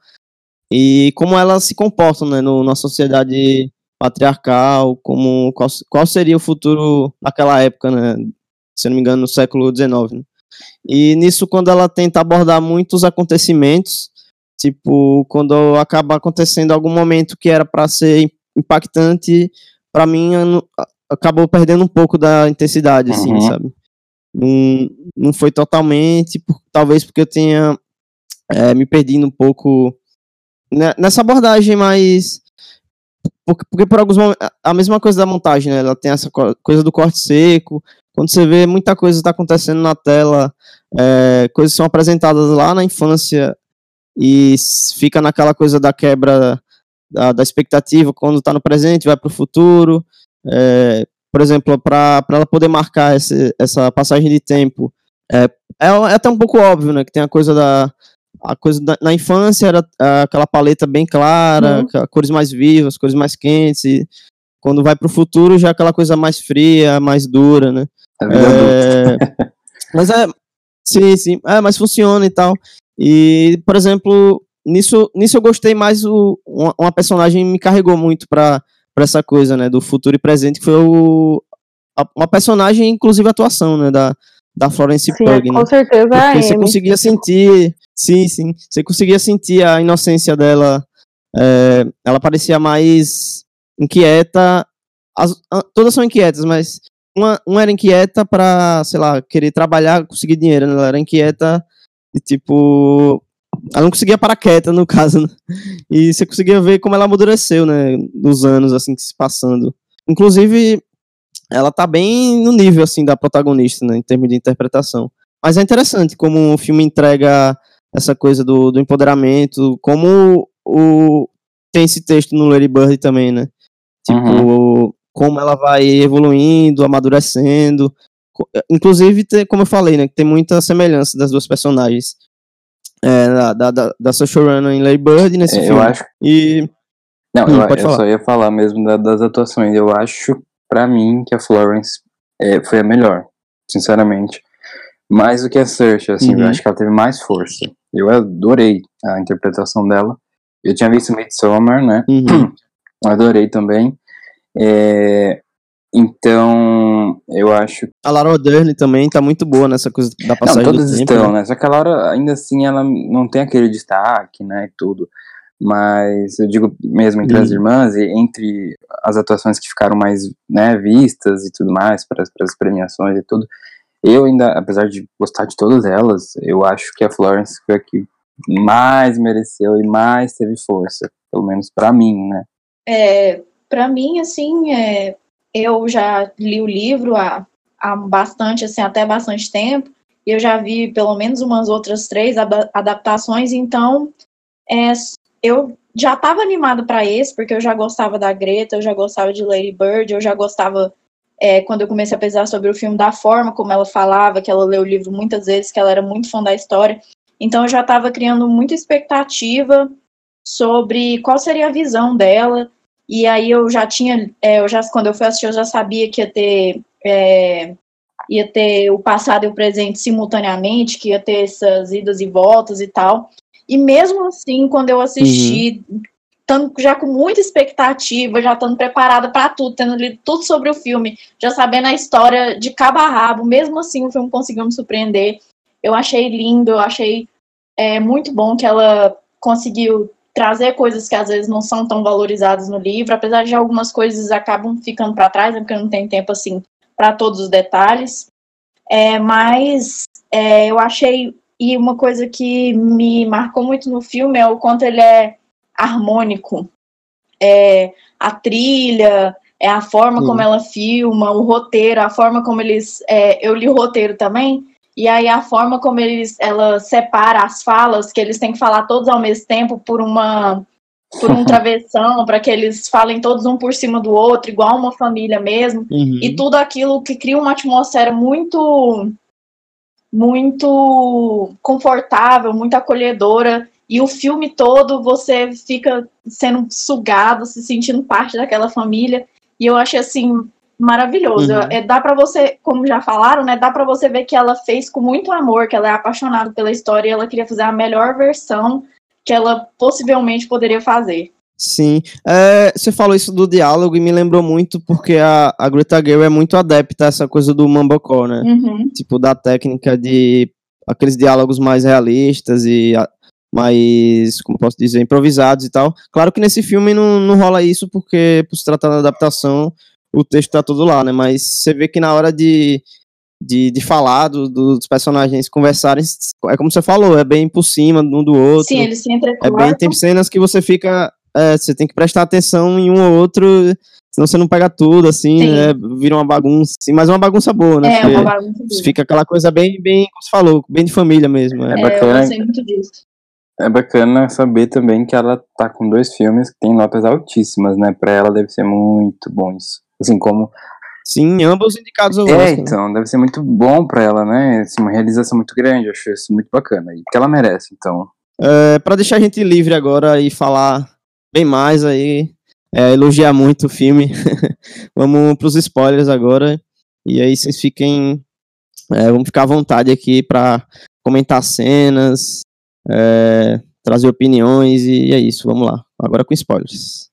e como elas se comportam, né, no, na sociedade patriarcal, como, qual, qual seria o futuro naquela época, né, se eu não me engano, no século dezenove, né? E nisso, quando ela tenta abordar muitos acontecimentos, tipo, quando acaba acontecendo algum momento que era para ser impactante, para mim, acabou perdendo um pouco da intensidade, assim, uhum. sabe? Não, não foi totalmente, por, talvez porque eu tenha é, me perdido um pouco né, nessa abordagem mais... Porque, porque por alguns momentos, a mesma coisa da montagem, né? Ela tem essa coisa do corte seco, quando você vê muita coisa está acontecendo na tela, é, coisas são apresentadas lá na infância e fica naquela coisa da quebra da, da expectativa, quando está no presente, vai para o futuro. É, por exemplo, para ela poder marcar esse, essa passagem de tempo, é, é, é até um pouco óbvio, né? Que tem a coisa da... A coisa da, na infância era aquela paleta bem clara, uhum. cores mais vivas, cores mais quentes, e quando vai pro futuro já é aquela coisa mais fria, mais dura, né? É, mas é, sim, sim, é, mas funciona e tal. E, por exemplo, nisso, nisso eu gostei mais, o, uma, uma personagem me carregou muito pra, pra essa coisa, né, do futuro e presente, que foi o, a, uma personagem, inclusive a atuação, né, da, da Florence Sim, Pugh, com né? certeza Porque é a você Amy. conseguia sentir, sim, sim, você conseguia sentir a inocência dela, é, ela parecia mais inquieta, as, todas são inquietas, mas uma, uma era inquieta pra, sei lá, querer trabalhar, conseguir dinheiro, né? Ela era inquieta e, tipo, ela não conseguia parar quieta, no caso, né? E você conseguia ver como ela amadureceu, né, nos anos, assim, que se passando. Inclusive, ela tá bem no nível, assim, da protagonista, né, em termos de interpretação. Mas é interessante como o filme entrega essa coisa do, do empoderamento, como o, tem esse texto no Lady Bird também, né? Tipo, uhum. como ela vai evoluindo, amadurecendo. Inclusive, tem, como eu falei, né, que tem muita semelhança das duas personagens. É, da, da, da, da Saoirse Ronan em Lady Bird nesse é, filme. Eu acho... E... Não, hum, eu, pode eu falar. só ia falar mesmo da, das atuações. Eu acho, pra mim, que a Florence é, foi a melhor, sinceramente. Mais do que a Saoirse, assim, uhum. eu acho que ela teve mais força. Eu adorei a interpretação dela. Eu tinha visto Midsommar, né? Uhum. Adorei também. É... Então, eu acho... A Laura Dern também tá muito boa nessa coisa da passagem não, todas do tempo, estão, né? né? Só que a Laura, ainda assim, ela não tem aquele destaque, né, e tudo. Mas, eu digo mesmo, entre uhum. as irmãs e entre as atuações que ficaram mais, né, vistas e tudo mais, para as premiações e tudo, eu ainda, apesar de gostar de todas elas, eu acho que a Florence foi a que mais mereceu e mais teve força, pelo menos pra mim, né? É, pra mim, assim, é, eu já li o livro há, há bastante, assim, até bastante tempo, e eu já vi pelo menos umas outras três adaptações, então é, eu já estava animada para esse, porque eu já gostava da Greta, eu já gostava de Lady Bird, eu já gostava, é, quando eu comecei a pesquisar sobre o filme, da forma como ela falava, que ela leu o livro muitas vezes, que ela era muito fã da história, então eu já estava criando muita expectativa sobre qual seria a visão dela, e aí eu já tinha, é, eu já, quando eu fui assistir, eu já sabia que ia ter, é, ia ter o passado e o presente simultaneamente, que ia ter essas idas e voltas e tal. E mesmo assim, quando eu assisti, uhum. tando, já com muita expectativa, já estando preparada para tudo, tendo lido tudo sobre o filme, já sabendo a história de cabo a rabo, mesmo assim o filme conseguiu me surpreender. Eu achei lindo, eu achei é, muito bom que ela conseguiu trazer coisas que às vezes não são tão valorizadas no livro, apesar de algumas coisas acabam ficando para trás, né, porque não tem tempo assim para todos os detalhes. É, mas é, eu achei... E uma coisa que me marcou muito no filme é o quanto ele é harmônico. É, a trilha, é a forma Sim. como ela filma, o roteiro, a forma como eles... É, eu li o roteiro também, e aí a forma como eles, ela separa as falas, que eles têm que falar todos ao mesmo tempo por uma, por um travessão, para que eles falem todos um por cima do outro, igual uma família mesmo, Uhum. e tudo aquilo que cria uma atmosfera muito, muito confortável, muito acolhedora, e o filme todo você fica sendo sugado, se sentindo parte daquela família, e eu achei assim maravilhoso. Uhum. É, dá para você, como já falaram, né, dá para você ver que ela fez com muito amor, que ela é apaixonada pela história e ela queria fazer a melhor versão que ela possivelmente poderia fazer. Sim, é, você falou isso do diálogo e me lembrou muito porque a, a Greta Gerwig é muito adepta a essa coisa do mumblecore, né? Uhum. Tipo, da técnica de aqueles diálogos mais realistas e a, mais, como posso dizer, improvisados e tal. Claro que nesse filme não, não rola isso porque, por se tratar da adaptação, o texto tá todo lá, né? Mas você vê que na hora de, de, de falar do, dos personagens conversarem, é como você falou, é bem por cima um do outro. Sim, eles se É entrecortam. bem, tem cenas que você fica, é, você tem que prestar atenção em um ou outro, senão você não pega tudo, assim, Sim. né? Vira uma bagunça, assim, mas é uma bagunça boa, né? É, Porque uma bagunça boa. fica aquela coisa bem, bem, como você falou, bem de família mesmo. É. É É, eu bacana. gostei muito disso. É bacana saber também que ela tá com dois filmes que tem notas altíssimas, né? Pra ela deve ser muito bom isso. Assim como... Sim, ambos indicados ao É, Oscar, né? então, deve ser muito bom pra ela, né? Assim, uma realização muito grande, eu acho isso muito bacana. E porque ela merece, então. É, para deixar a gente livre agora e falar bem mais aí, é, elogiar muito o filme, vamos pros spoilers agora, e aí vocês fiquem, é, vamos ficar à vontade aqui para comentar cenas, é, trazer opiniões, e é isso, vamos lá, agora com spoilers.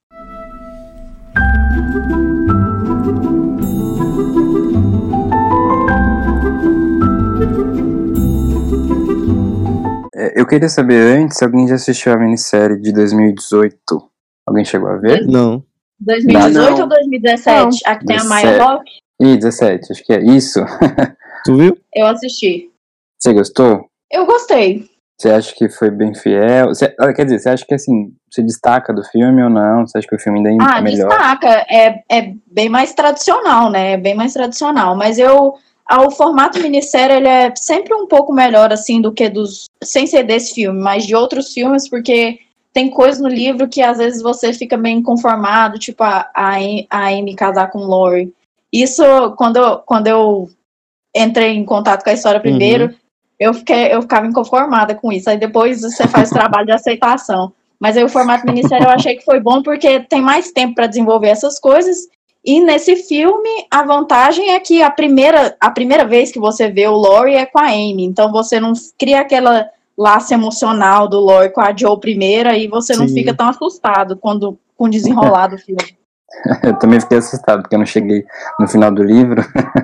É, eu queria saber antes se alguém já assistiu a minissérie de dois mil e dezoito. Alguém chegou a ver? Não. dois mil e dezoito Não. ou dois mil e dezessete? A que tem a Maya dezessete. Hawke? Ih, dezessete, acho que é isso. Tu viu? Eu assisti. Você gostou? Eu gostei. Você acha que foi bem fiel? Você, ah, quer dizer, você acha que assim, você destaca do filme ou não? Você acha que o filme ainda Ah, é melhor? destaca. É, é bem mais tradicional, né? É bem mais tradicional. Mas eu... O formato minissérie, ele é sempre um pouco melhor, assim, do que dos... Sem ser desse filme, mas de outros filmes, porque tem coisa no livro que às vezes você fica meio inconformado, tipo a, a, a Amy casar com o Laurie. Isso, quando eu, quando eu entrei em contato com a história primeiro, Uhum. eu, fiquei, eu ficava inconformada com isso. Aí depois você faz o trabalho de aceitação. Mas aí o formato minissérie eu achei que foi bom porque tem mais tempo para desenvolver essas coisas. E nesse filme, a vantagem é que a primeira, a primeira vez que você vê o Laurie é com a Amy. Então você não cria aquela laço emocional do Laurie com a Joe primeira e você não Sim. fica tão assustado quando, com o desenrolar do filme. Eu também fiquei assustado, porque eu não cheguei no final do livro.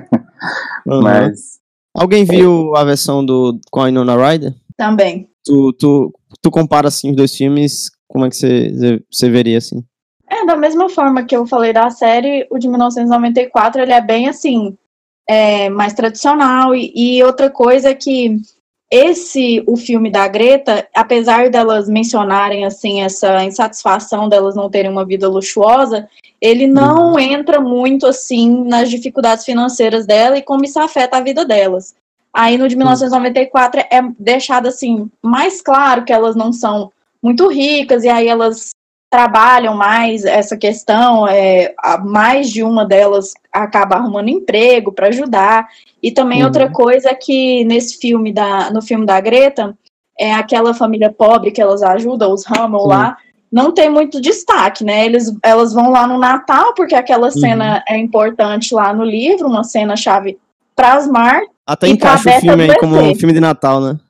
Uhum. Mas Alguém viu a versão do, com a Winona Ryder? Também. Tu, tu, tu compara, assim, os dois filmes, como é que você, você veria, assim? É, da mesma forma que eu falei da série, o de mil novecentos e noventa e quatro, ele é bem, assim, é, mais tradicional. E, e outra coisa é que esse, o filme da Greta, apesar delas mencionarem, assim, essa insatisfação delas não terem uma vida luxuosa, ele não entra muito, assim, nas dificuldades financeiras dela e como isso afeta a vida delas. Aí, no de mil novecentos e noventa e quatro, é deixado, assim, mais claro que elas não são muito ricas, e aí elas trabalham mais essa questão, é, a mais de uma delas acaba arrumando emprego para ajudar. E também Uhum. outra coisa que nesse filme, da, no filme da Greta, é aquela família pobre que elas ajudam, os Hummel lá, não tem muito destaque, né? Eles, elas vão lá no Natal, porque aquela cena é importante lá no livro, uma cena-chave para as Mar. Até E encaixa pra o Beth filme aí como um adoecer. filme de Natal, né?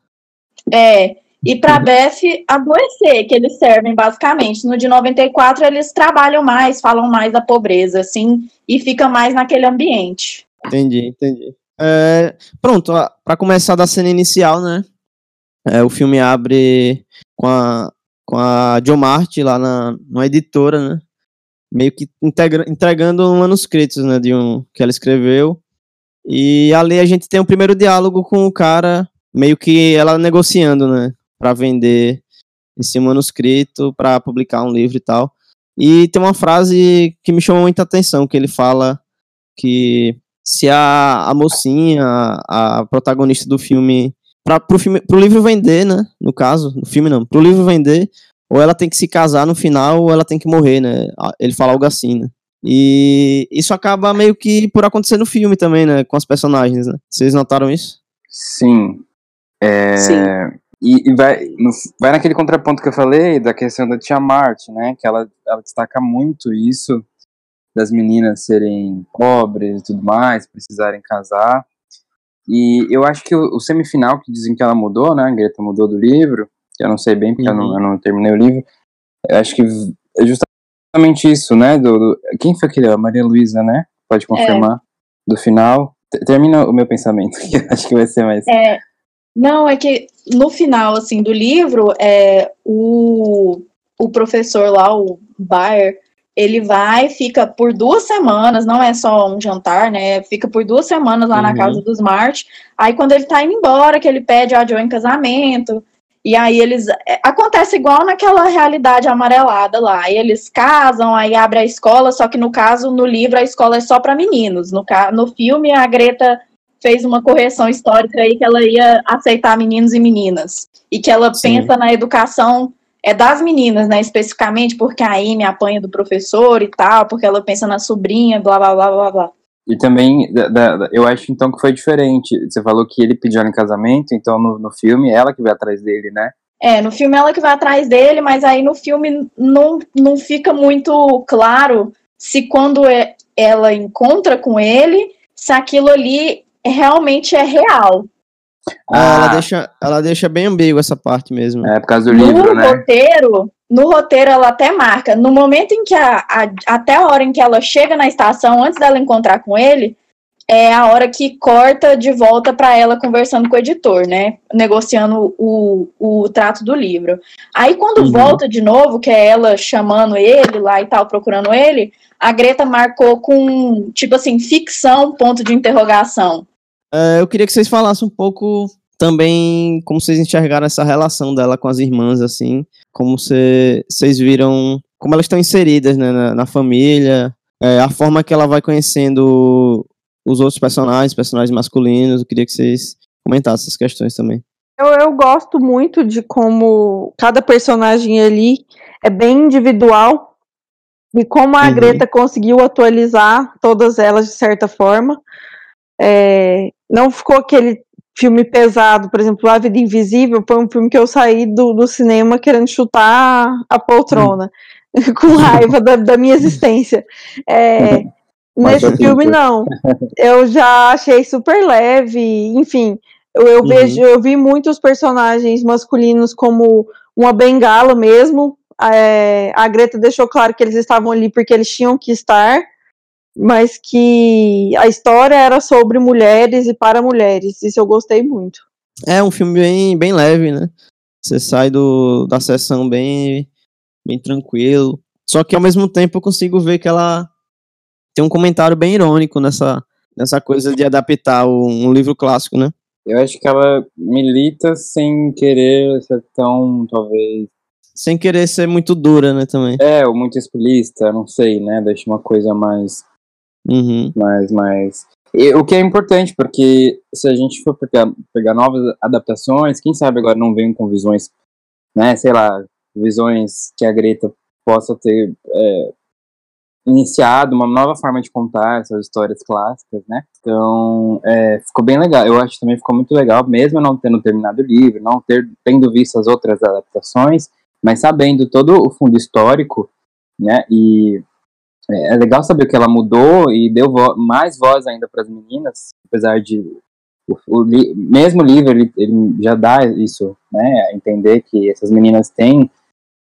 É, e para Beth adoecer, que eles servem basicamente. No de noventa e quatro eles trabalham mais, falam mais da pobreza, assim, e fica mais naquele ambiente. Entendi, entendi. É, pronto, para começar da cena inicial, né? É, o filme abre com a, com a Jo Marti lá na, numa editora, né? Meio que integra, entregando um manuscrito, né? De um que ela escreveu. E ali a gente tem um primeiro diálogo com o cara, meio que ela negociando, né? Para vender esse manuscrito, para publicar um livro e tal. E tem uma frase que me chamou muita atenção, que ele fala que se a, a mocinha, a, a protagonista do filme, para pro, filme, pro livro vender, né? No caso, no filme não, pro livro vender, ou ela tem que se casar no final, ou ela tem que morrer, né? Ele fala algo assim, né? E isso acaba meio que por acontecer no filme também, né? Com as personagens, né? Vocês notaram isso? Sim. É... Sim. E, e vai, no, vai naquele contraponto que eu falei, da questão da Tiamat, né? Que ela, ela destaca muito isso, das meninas serem pobres e tudo mais, precisarem casar. E eu acho que o, o semifinal, que dizem que ela mudou, né? A Greta mudou do livro, que eu não sei bem, porque uhum. eu, não, eu não terminei o livro. Eu acho que é justamente isso, né? Do, do, quem foi aquele? A Maria Luísa, né? Pode confirmar. É. Do final. T- termina o meu pensamento, que eu acho que vai ser mais... É, não, é que no final, assim, do livro, é, o, o professor lá, o Bayer, ele vai, fica por duas semanas, não é só um jantar, né? Fica por duas semanas lá uhum. na casa dos Marte. Aí quando ele tá indo embora, que ele pede a Joe em casamento, e aí eles... Acontece igual naquela realidade amarelada lá. Aí eles casam, aí abre a escola, só que no caso, no livro, a escola é só para meninos. No, no filme, a Greta fez uma correção histórica aí que ela ia aceitar meninos e meninas. E que ela Sim. pensa na educação é das meninas, né, especificamente, porque a Amy apanha do professor e tal, porque ela pensa na sobrinha, blá, blá, blá, blá, blá. E também, da, da, eu acho então que foi diferente. Você falou que ele pediu ela em casamento, então no, no filme ela que vai atrás dele, né? É, no filme ela que vai atrás dele, mas aí no filme não, não fica muito claro se quando é, ela encontra com ele, se aquilo ali realmente é real. Ah, ela, deixa, ela deixa bem ambíguo essa parte mesmo. É, por causa do livro, no né? Roteiro, no roteiro ela até marca. No momento em que, a, a, até a hora em que ela chega na estação, antes dela encontrar com ele, é a hora que corta de volta para ela conversando com o editor, né? Negociando o, o trato do livro. Aí quando uhum. volta de novo, que é ela chamando ele lá e tal, procurando ele, a Greta marcou com, tipo assim, ficção, ponto de interrogação. Uh, eu queria que vocês falassem um pouco também como vocês enxergaram essa relação dela com as irmãs, assim, como vocês viram, como elas estão inseridas, né, na, na família, é, a forma que ela vai conhecendo os outros personagens, personagens masculinos. Eu queria que vocês comentassem essas questões também. Eu, eu gosto muito de como cada personagem ali é bem individual e como a uhum. Greta conseguiu atualizar todas elas de certa forma. É, não ficou aquele filme pesado, por exemplo, A Vida Invisível foi um filme que eu saí do, do cinema querendo chutar a poltrona, uhum. com raiva da, da minha existência. É, nesse filme não, eu já achei super leve, enfim, eu, eu uhum. vejo, eu vi muitos personagens masculinos como uma bengala mesmo. É, a Greta deixou claro que eles estavam ali porque eles tinham que estar, mas que a história era sobre mulheres e para mulheres. Isso eu gostei muito. É um filme bem, bem leve, né? Você sai do, da sessão bem, bem tranquilo. Só que ao mesmo tempo eu consigo ver que ela tem um comentário bem irônico nessa, nessa coisa de adaptar o, um livro clássico, né? Eu acho que ela milita sem querer ser tão, talvez... Sem querer ser muito dura, né, também. É, ou muito explícita, não sei, né? Deixa uma coisa mais... Uhum. mais, mais... E, o que é importante, porque se a gente for pegar, pegar novas adaptações, quem sabe agora não vem com visões, né, sei lá, visões que a Greta possa ter é, iniciado uma nova forma de contar essas histórias clássicas, né? Então, é, ficou bem legal. Eu acho que também ficou muito legal, mesmo não tendo terminado o livro, não ter, tendo visto as outras adaptações, mas sabendo todo o fundo histórico, né? E é legal saber que ela mudou e deu vo- mais voz ainda para as meninas, apesar de o, o li- mesmo livro ele, ele já dá isso, né? A entender que essas meninas têm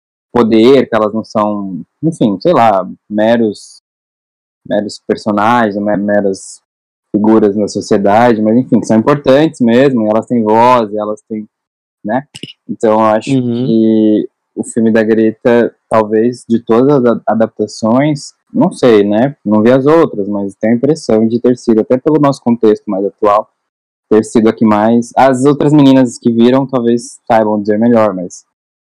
poder, que elas não são, enfim, sei lá, meros, meros personagens, meras figuras na sociedade, mas enfim, que são importantes mesmo, e elas têm voz, elas têm, né? Então eu acho uhum. que o filme da Greta, talvez, de todas as adaptações, não sei, né? Não vi as outras, mas tenho a impressão de ter sido, até pelo nosso contexto mais atual, ter sido a que mais... As outras meninas que viram, talvez saibam dizer melhor, mas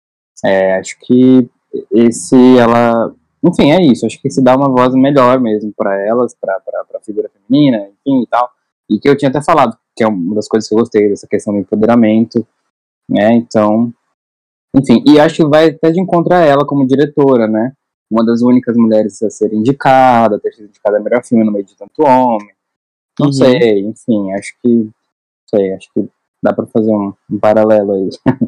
é, acho que esse, ela... Enfim, é isso. Acho que se dá uma voz melhor mesmo para elas, para a figura feminina, enfim, e tal. E que eu tinha até falado, que é uma das coisas que eu gostei, dessa questão do empoderamento, né? Então, enfim, e acho que vai até de encontrar ela como diretora, né? Uma das únicas mulheres a ser indicada, a ter sido indicada a melhor filme no meio de tanto homem. Não Uhum. sei, enfim, acho que, não sei, acho que dá pra fazer um, um paralelo aí.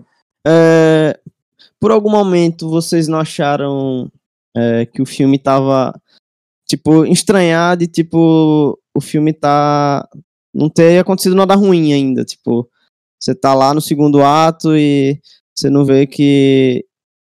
É, por algum momento vocês não acharam é, que o filme tava, tipo, estranhado e, tipo, o filme tá... não ter acontecido nada ruim ainda, tipo, você tá lá no segundo ato e você não vê que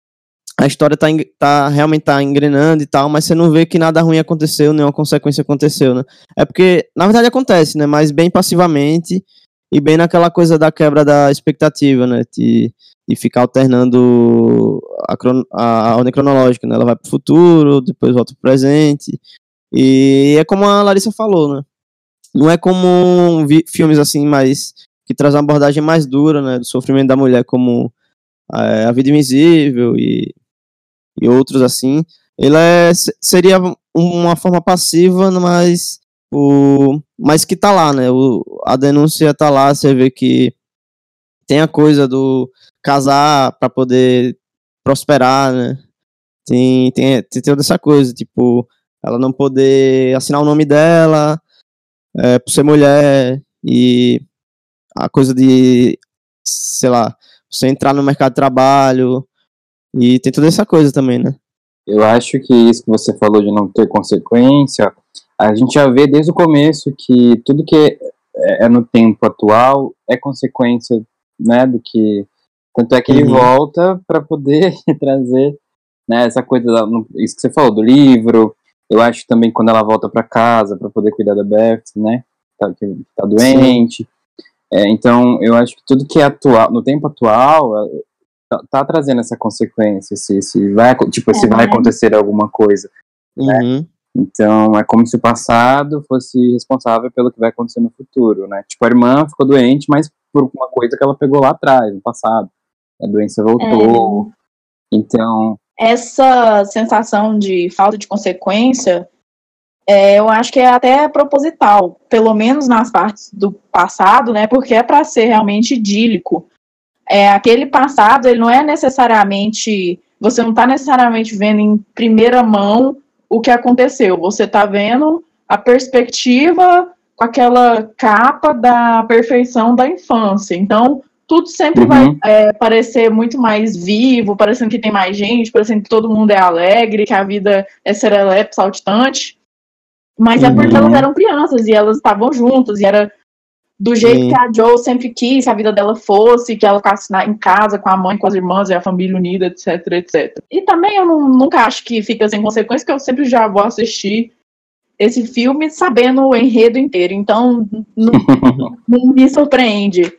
a história tá, eng- tá realmente tá engrenando e tal, mas você não vê que nada ruim aconteceu, nenhuma consequência aconteceu, né? É porque, na verdade, acontece, né? Mas bem passivamente e bem naquela coisa da quebra da expectativa, né? De, de ficar alternando a, crono- a, a ordem cronológica, né? Ela vai pro futuro, depois volta pro presente. E é como a Larissa falou, né? Não é como vi- filmes assim, mais que traz uma abordagem mais dura, né? Do sofrimento da mulher, como é, A Vida Invisível e e outros assim, ele é, se- seria uma forma passiva, mas o mas que tá lá, né? O, a denúncia tá lá, você vê que tem a coisa do casar para poder prosperar, né? Tem, tem, tem toda essa coisa, tipo, ela não poder assinar o nome dela é, por ser mulher e a coisa de, sei lá, você entrar no mercado de trabalho e tem toda essa coisa também, né? Eu acho que isso que você falou de não ter consequência, a gente já vê desde o começo que tudo que é, é no tempo atual é consequência, né, do que... Tanto é que ele Uhum. volta para poder trazer, né, essa coisa, da, no- isso que você falou, do livro. Eu acho também quando ela volta para casa para poder cuidar da Beth, né, tá, que tá doente. É, então, eu acho que tudo que é atual, no tempo atual, tá, tá trazendo essa consequência, se, se vai, acon- tipo, se vai acontecer alguma coisa. Uhum. Então, é como se o passado fosse responsável pelo que vai acontecer no futuro, né? Tipo, a irmã ficou doente, mas por uma coisa que ela pegou lá atrás, no passado. A doença voltou. Então, Essa sensação de falta de consequência, é, eu acho que é até proposital, pelo menos nas partes do passado, né? Porque é para ser realmente idílico. É, aquele passado, ele não é necessariamente, você não está necessariamente vendo em primeira mão o que aconteceu, você está vendo a perspectiva com aquela capa da perfeição da infância. Então, tudo sempre Uhum. vai é, parecer muito mais vivo, parecendo que tem mais gente, parecendo que todo mundo é alegre, que a vida é serelepe, saltitante. Mas é porque Uhum. elas eram crianças e elas estavam juntas e era do jeito Sim. que a Jo sempre quis que a vida dela fosse, que ela ficasse na, em casa com a mãe, com as irmãs e a família unida, etc, etcétera. E também eu não, nunca acho que fica sem consequência, porque eu sempre já vou assistir esse filme sabendo o enredo inteiro, então não, não me surpreende.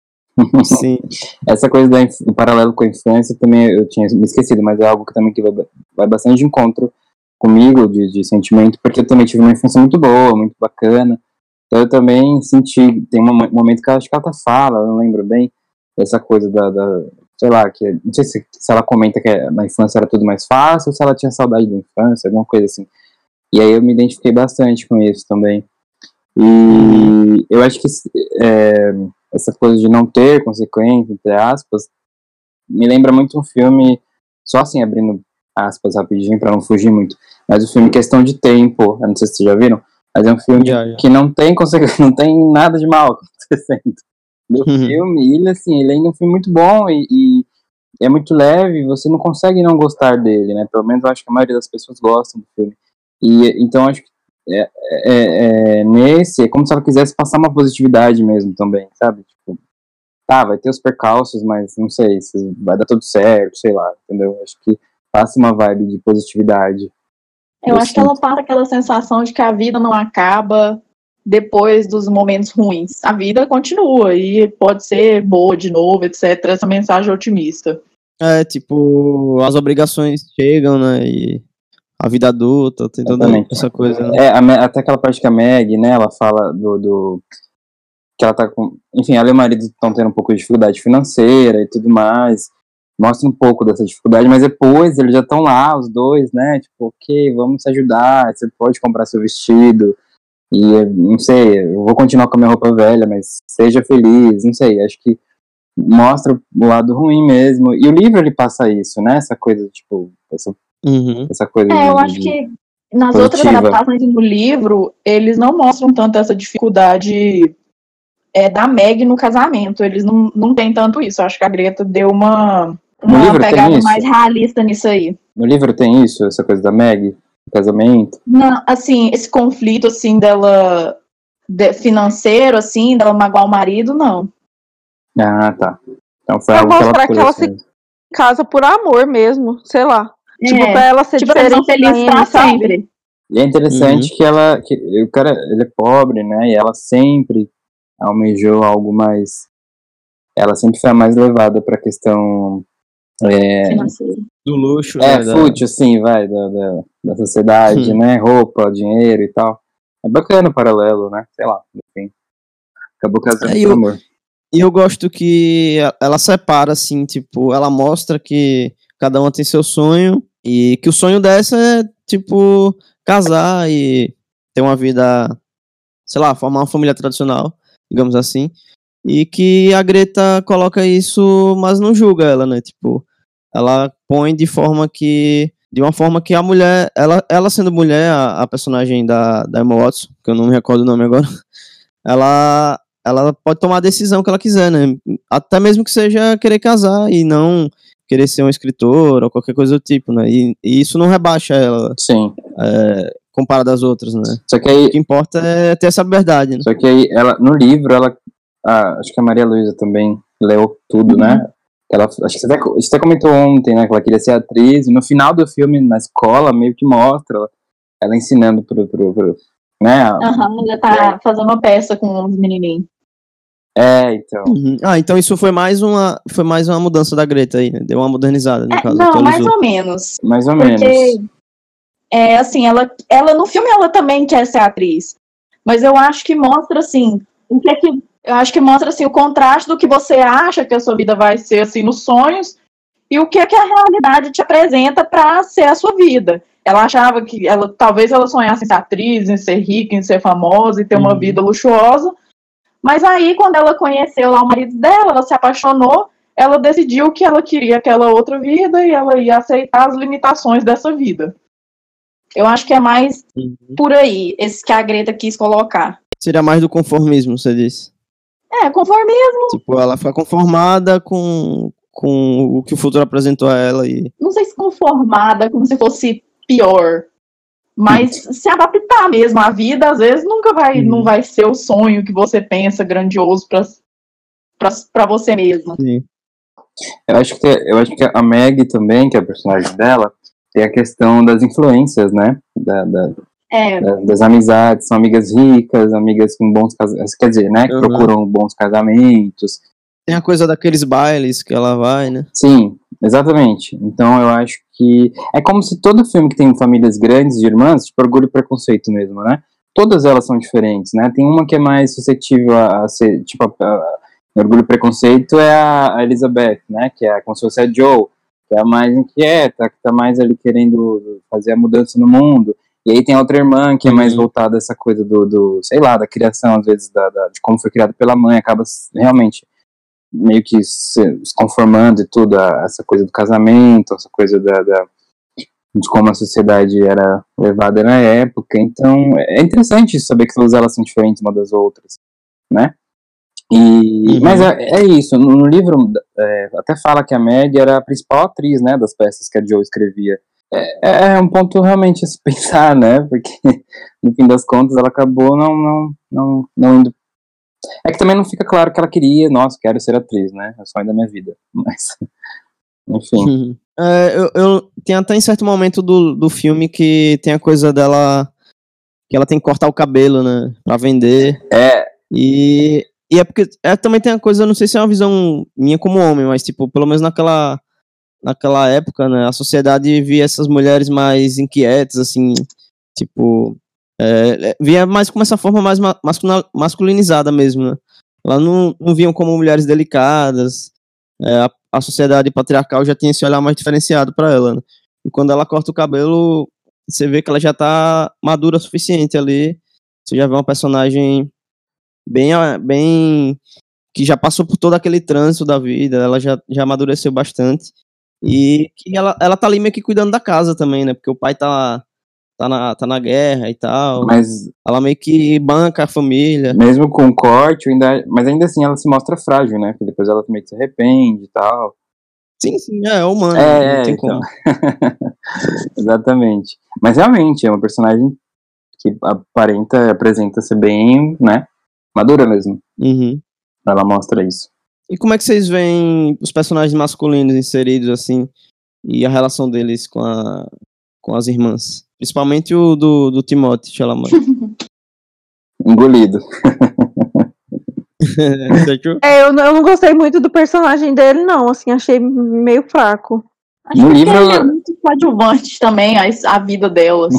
Sim. essa coisa da inf- do paralelo com a infância também eu tinha me esquecido, mas é algo que também que vai, vai bastante de encontro comigo, de, de sentimento, porque eu também tive uma infância muito boa, muito bacana. Então eu também senti, tem um mo- momento que eu acho que ela até fala, eu não lembro bem, dessa coisa da, da sei lá, que não sei se, se ela comenta que na infância era tudo mais fácil, ou se ela tinha saudade da infância, alguma coisa assim. E aí eu me identifiquei bastante com isso também. E Uhum. eu acho que é, essa coisa de não ter consequência, entre aspas, me lembra muito um filme, só assim, abrindo aspas rapidinho pra não fugir muito, mas o filme Questão de Tempo, eu não sei se vocês já viram, mas é um filme Já, já. que não tem consequência, não tem nada de mal acontecendo no Uhum. filme, e ele assim, ele ainda é um filme muito bom e, e é muito leve, você não consegue não gostar dele, né, pelo menos eu acho que a maioria das pessoas gostam do filme, e então acho que é, é, é, nesse, é como se ela quisesse passar uma positividade mesmo também, sabe, tipo, tá, vai ter os percalços, mas não sei, se vai dar tudo certo, sei lá, entendeu? Acho que passa uma vibe de positividade. Eu Eu acho que ela sinto. passa aquela sensação de que a vida não acaba depois dos momentos ruins. A vida continua e pode ser boa de novo, etcétera. Essa mensagem otimista. É, tipo, as obrigações chegam, né? E a vida adulta, tem toda Exatamente. essa coisa, né? É, a Me- até aquela parte que a Meg, né, ela fala do, do que ela tá com, enfim, ela e o marido estão tendo um pouco de dificuldade financeira e tudo mais, mostra um pouco dessa dificuldade, mas depois eles já estão lá, os dois, né, tipo, ok, vamos se ajudar, você pode comprar seu vestido, e não sei, eu vou continuar com a minha roupa velha, mas seja feliz, não sei, acho que mostra o lado ruim mesmo. E o livro, ele passa isso, né? Essa coisa, tipo, essa, Uhum. essa coisa É, de, eu acho de- que nas positiva. outras adaptações do livro, eles não mostram tanto essa dificuldade é, da Meg no casamento. Eles não, não têm tanto isso. Eu acho que a Greta deu uma, No uma livro tem pegada isso? mais realista nisso aí. No livro tem isso, essa coisa da Meg, do casamento. Não, assim, esse conflito, assim, dela de- financeiro, assim, dela magoar o marido, não. Ah, tá. Então foi Pra algo que ela mostrar que ela trouxe. se casa por amor mesmo, sei lá. Tipo, É, pra ela ser tipo, eles são diferente da felizes pra Amy, sabe? sempre. E é interessante que ela, que o cara, ele é pobre, né? E ela sempre almejou algo mais. Ela sempre foi a mais levada pra questão. É, Financeiro. Do luxo, é né? da- fútil, assim, vai, da, da, da sociedade, Hum. né? Roupa, dinheiro e tal. É bacana o paralelo, né? Sei lá, enfim. Acabou casando É, e por eu- amor. E eu gosto que a- ela separa, assim, tipo, ela mostra que cada uma tem seu sonho e que o sonho dessa é, tipo, casar e ter uma vida, sei lá, formar uma família tradicional, digamos assim. E que a Greta coloca isso, mas não julga ela, né? Tipo, ela põe de forma que. De uma forma que a mulher. Ela, ela sendo mulher, a, a personagem da, da Emma Watson, que eu não me recordo o nome agora, ela, ela pode tomar a decisão que ela quiser, né? Até mesmo que seja querer casar e não querer ser uma escritora ou qualquer coisa do tipo, né? E, e isso não rebaixa ela Sim. é, comparado às outras, né? Só que aí, O que importa é ter essa liberdade, né? só que aí ela, no livro, ela. Ah, acho que a Maria Luísa também leu tudo, né? Ela, acho que você até, você até comentou ontem, né? Que ela queria ser atriz. E no final do filme, na escola, meio que mostra ela, ela ensinando pro. pro, pro né? Aham, ela tá fazendo uma peça com os menininhos. É, então. Uhum. Ah, então isso foi mais uma, foi mais uma mudança da Greta aí, né? Deu uma modernizada, no É, caso, não, mais atualizou. ou menos. Mais ou Porque, menos. é, assim, ela, ela no filme ela também quer ser atriz. Mas eu acho que mostra, assim, o que é que. Eu acho que mostra, assim, o contraste do que você acha que a sua vida vai ser, assim, nos sonhos e o que é que a realidade te apresenta para ser a sua vida. Ela achava que, ela, talvez ela sonhasse em ser atriz, em ser rica, em ser famosa e ter uma Uhum. vida luxuosa. Mas aí, quando ela conheceu lá o marido dela, ela se apaixonou, ela decidiu que ela queria aquela outra vida e ela ia aceitar as limitações dessa vida. Eu acho que é mais Uhum. por aí, esse que a Greta quis colocar. Seria mais do conformismo, você disse. É, conformismo, Tipo, ela fica conformada com, com o que o futuro apresentou a ela e... não sei se conformada, como se fosse pior, mas se adaptar mesmo à vida, às vezes nunca vai, Uhum. não vai ser o sonho que você pensa grandioso para você mesmo. Sim. Eu acho, que, eu acho que a Meg também, que é a personagem dela, tem a questão das influências, né? Da, da, É, da, das amizades, são amigas ricas, amigas com bons casamentos, quer dizer, né? Que Uhum. procuram bons casamentos. Tem a coisa daqueles bailes que ela vai, né? Sim, exatamente. Então eu acho que é como se todo filme que tem famílias grandes de irmãs, tipo Orgulho e Preconceito mesmo, né? Todas elas são diferentes, né? Tem uma que é mais suscetível a, a ser, tipo, a, a, Orgulho e Preconceito é a, a Elizabeth, né? Que é como se fosse a Joe, que é a mais inquieta, que tá mais ali querendo fazer a mudança no mundo. E aí tem a outra irmã que é mais Uhum. voltada a essa coisa do, do, sei lá, da criação, às vezes, da, da, de como foi criada pela mãe, acaba realmente meio que se, se conformando e tudo, a, essa coisa do casamento, essa coisa da, da, de como a sociedade era levada na época. Então, é interessante saber que todas elas são diferentes uma das outras, né? E, Uhum. Mas é, é isso, no, no livro é, até fala que a Meg era a principal atriz, né, das peças que a Joe escrevia. É, é um ponto realmente a se pensar, né, porque no fim das contas ela acabou não, não, não, não indo. É que também não fica claro que ela queria, nossa, quero ser atriz, né, é o sonho da minha vida, mas enfim. Uhum. É, eu, eu tem até em certo momento do, do filme que tem a coisa dela que ela tem que cortar o cabelo, né, pra vender. É, E, e é porque é, também tem a coisa, eu não sei se é uma visão minha como homem, mas tipo, pelo menos naquela naquela época, né, a sociedade via essas mulheres mais inquietas, assim, tipo, é, via mais como essa forma mais ma- masculina- masculinizada mesmo, né? Elas não, não viam como mulheres delicadas, é, a, a sociedade patriarcal já tinha esse olhar mais diferenciado para ela, né? E quando ela corta o cabelo, você vê que ela já tá madura o suficiente ali, você já vê uma personagem bem, bem que já passou por todo aquele trânsito da vida, ela já, já amadureceu bastante, e que ela, ela tá ali meio que cuidando da casa também, né, porque o pai tá, tá, na, tá na guerra e tal, Mas ela meio que banca a família. mesmo com o corte, ainda, mas ainda assim ela se mostra frágil, né? Porque depois ela também se arrepende e tal. Sim, sim, é, é humano, É, não tem é, então. como. Exatamente. Mas realmente é uma personagem que aparenta, apresenta ser bem, né? Madura mesmo. Uhum. Ela mostra isso. E como é que vocês veem os personagens masculinos inseridos, assim, e a relação deles com, a, com as irmãs? Principalmente o do, do Timothée Chalamet. Engolido. Você achou? É, eu, não- eu não gostei muito do personagem dele, não. Assim, achei meio fraco. Acho No que livro, ele é ela- muito coadjuvante também, a, a vida delas.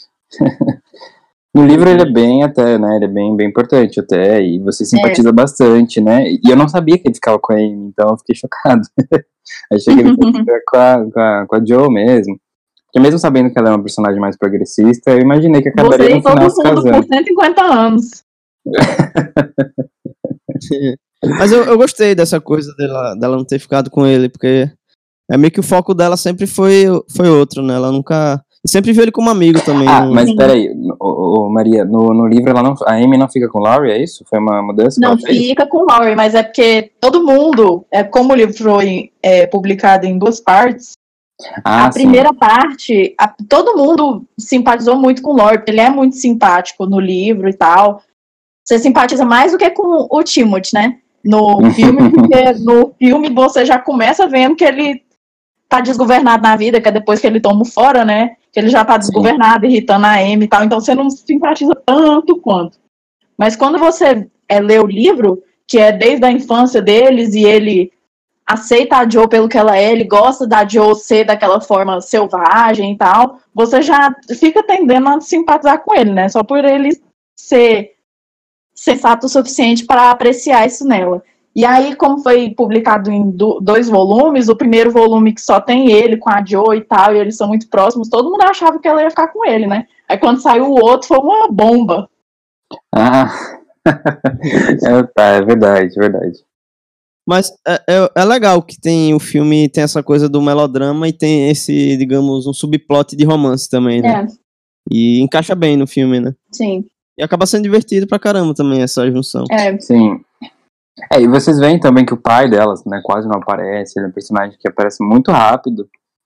No livro ele é bem até, né? Ele é bem, bem importante até, e você simpatiza bastante, né? E eu não sabia que ele ficava com a Amy, então eu fiquei chocado. Achei que ele fosse ficar com a, com, a, com a Jo mesmo. Porque mesmo sabendo que ela é uma personagem mais progressista, eu imaginei que acabaria Você no e todo final se mundo casando. por cento e cinquenta anos. Mas eu, eu gostei dessa coisa dela, dela não ter ficado com ele, porque é meio que o foco dela sempre foi, foi outro, né? Ela nunca... E sempre viu ele como amigo também. Ah, não- mas Sim. peraí, ô, ô, Maria, no, no livro ela não, a Amy não fica com o Laurie, é isso? Foi uma mudança que Não ela fez? fica com o Laurie, mas é porque todo mundo, é, como o livro foi é, publicado em duas partes, Ah, a sim. primeira parte, a- todo mundo simpatizou muito com o Laurie, porque ele é muito simpático no livro e tal. Você simpatiza mais do que com o Timothée, né? No filme, porque no filme você já começa vendo que ele tá desgovernado na vida, que é depois que ele toma o fora, né? Que ele já tá desgovernado, irritando a Amy e tal, então você não simpatiza tanto quanto. Mas quando você é, lê o livro, que é desde a infância deles, e ele aceita a Jo pelo que ela é, ele gosta da Jo ser daquela forma selvagem e tal, você já fica tendendo a simpatizar com ele, né? Só por ele ser sensato o suficiente para apreciar isso nela. E aí, como foi publicado em do, dois volumes, o primeiro volume que só tem ele com a Jo e tal, e eles são muito próximos, todo mundo achava que ela ia ficar com ele, né? Aí quando saiu o outro, foi uma bomba. Ah, é, tá, é verdade, verdade. Mas é, é, é legal que tem o filme, tem essa coisa do melodrama e tem esse, digamos, um subplot de romance também, né? É, E encaixa bem no filme, né? sim. E acaba sendo divertido pra caramba também essa junção. É, Sim. É, e vocês veem também que o pai delas, né, quase não aparece, ele é um personagem que aparece muito rápido.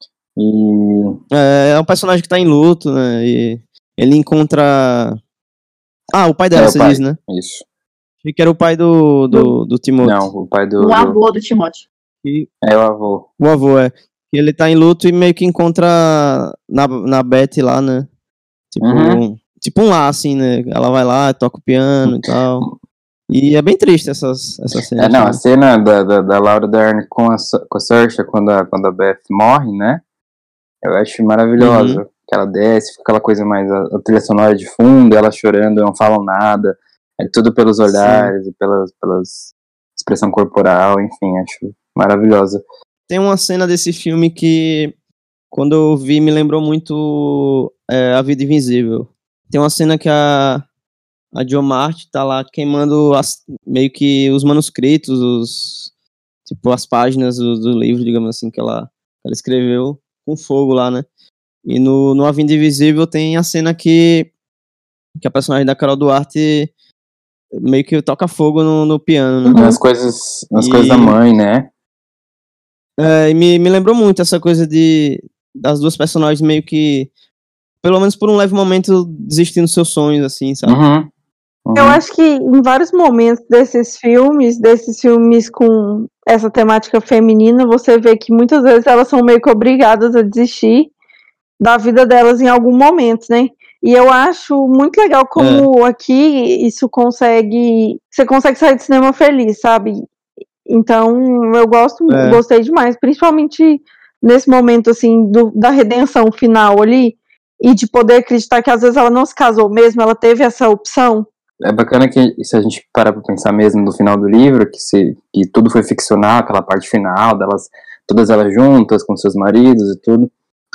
E É, é um personagem que tá em luto, né? E ele encontra... Ah, o pai dela, é o você pai. diz, né? Isso. Achei que era o pai do, do, do Timothée. Não, o pai do, o do avô do Timothée. E é o avô. o avô, é. Que ele tá em luto e meio que encontra na, na Beth lá, né? Tipo, Uhum. tipo um lá, assim, né? Ela vai lá, toca o piano e tal. E é bem triste essas, essas cenas. É, não, a também. cena da, da, da Laura Dern com a, Sa- com a Saoirse quando a, quando a Beth morre, né? Eu acho maravilhosa. Uhum. Que ela desce, fica aquela coisa mais a, a trilha sonora de fundo, ela chorando, não falam nada. É tudo pelos olhares e pelas, pelas expressão corporal, enfim, acho maravilhosa. Tem uma cena desse filme que, quando eu vi, me lembrou muito é, A Vida Invisível. Tem uma cena que a, a Jo Martin tá lá queimando as, meio que os manuscritos, os, tipo, as páginas do, do livro, digamos assim, que ela, ela escreveu com fogo lá, né? E no, no A Vida Invisível tem a cena que, que a personagem da Carol Duarte meio que toca fogo no, no piano, né? Nas coisas, nas E- coisas da mãe, né? É, e me, me lembrou muito essa coisa de das duas personagens meio que, pelo menos por um leve momento, desistindo dos seus sonhos, assim, sabe? Uhum. Uhum. Eu acho que em vários momentos desses filmes, desses filmes com essa temática feminina, você vê que muitas vezes elas são meio que obrigadas a desistir da vida delas em algum momento, né? E eu acho muito legal como aqui isso consegue. Você consegue sair do cinema feliz, sabe? Então eu gosto, É. gostei demais, principalmente nesse momento assim do, da redenção final ali, e de poder acreditar que às vezes ela não se casou mesmo, ela teve essa opção. É bacana que, se a gente parar pra pensar mesmo no final do livro, que, se, que tudo foi ficcional, aquela parte final delas, todas elas juntas com seus maridos e tudo,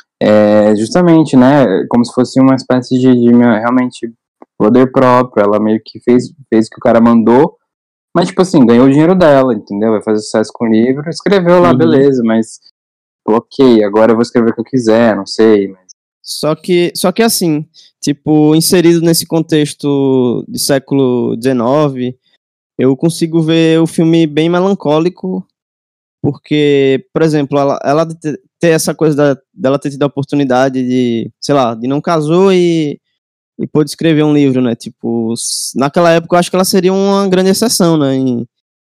é justamente, né, como se fosse uma espécie de, de realmente poder próprio. Ela meio que fez, fez o que o cara mandou, Mas, tipo assim, ganhou o dinheiro dela, entendeu? Vai fazer sucesso com o livro, escreveu lá, Uhum. beleza, mas ok, agora eu vou escrever o que eu quiser, não sei, mas... Só que, só que assim, tipo, inserido nesse contexto de século dezenove, eu consigo ver o filme bem melancólico, porque, por exemplo, ela, ela ter ter essa coisa da, dela ter tido a oportunidade de, sei lá, de não casou e, e pôde escrever um livro, né? Tipo, s- naquela época eu acho que ela seria uma grande exceção, né? Em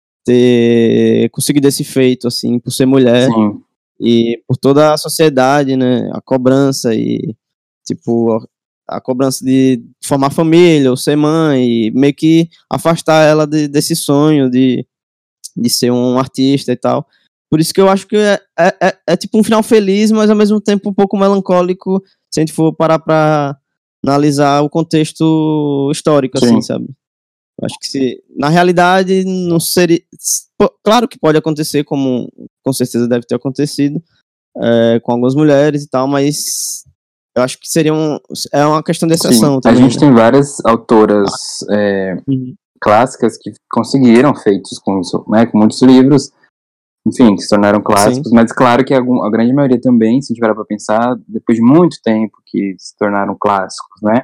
ter conseguido esse feito, assim, por ser mulher. Sim, E por toda a sociedade, né, a cobrança e, tipo, a, a cobrança de formar família ou ser mãe e meio que afastar ela de, desse sonho de, de ser um artista e tal. Por isso que eu acho que é, é, é, é tipo um final feliz, mas ao mesmo tempo um pouco melancólico, se a gente for parar pra analisar o contexto histórico, assim, sim. sabe? Eu acho que se, na realidade, não seria. Pô, claro que pode acontecer, como com certeza deve ter acontecido, é, com algumas mulheres e tal, mas eu acho que seria um, é uma questão de exceção Sim, a também, gente né? tem várias autoras é, Uhum. clássicas que conseguiram feitos com, isso, né, com muitos livros, enfim, que se tornaram clássicos, Sim. mas claro que a, a grande maioria também, se a gente parar pra pensar, depois de muito tempo que se tornaram clássicos, né?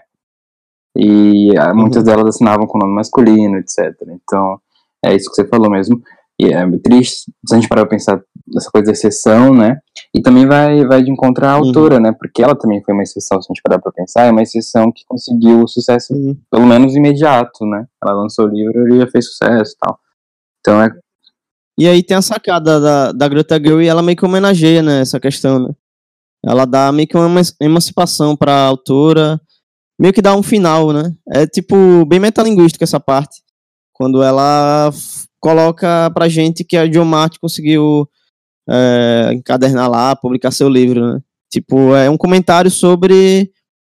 E ah, muitas Uhum. delas assinavam com nome masculino, etcétera. Então, é isso que você falou mesmo. E é triste se a gente parar pra pensar nessa coisa da exceção, né? E também vai, vai de encontro à Uhum. autora, né? Porque ela também foi uma exceção, se a gente parar pra pensar, é uma exceção que conseguiu o sucesso, Uhum. pelo menos imediato, né? Ela lançou o livro e já fez sucesso e tal. Então é. E aí tem a sacada da, da Greta Gerwig e ela meio que homenageia, né, essa questão, né? Ela dá meio que uma eman- emancipação pra autora, meio que dá um final, né? É tipo bem metalinguística essa parte, quando ela f- coloca pra gente que a Jo Martin conseguiu é, encadernar lá, publicar seu livro, né? Tipo, é um comentário sobre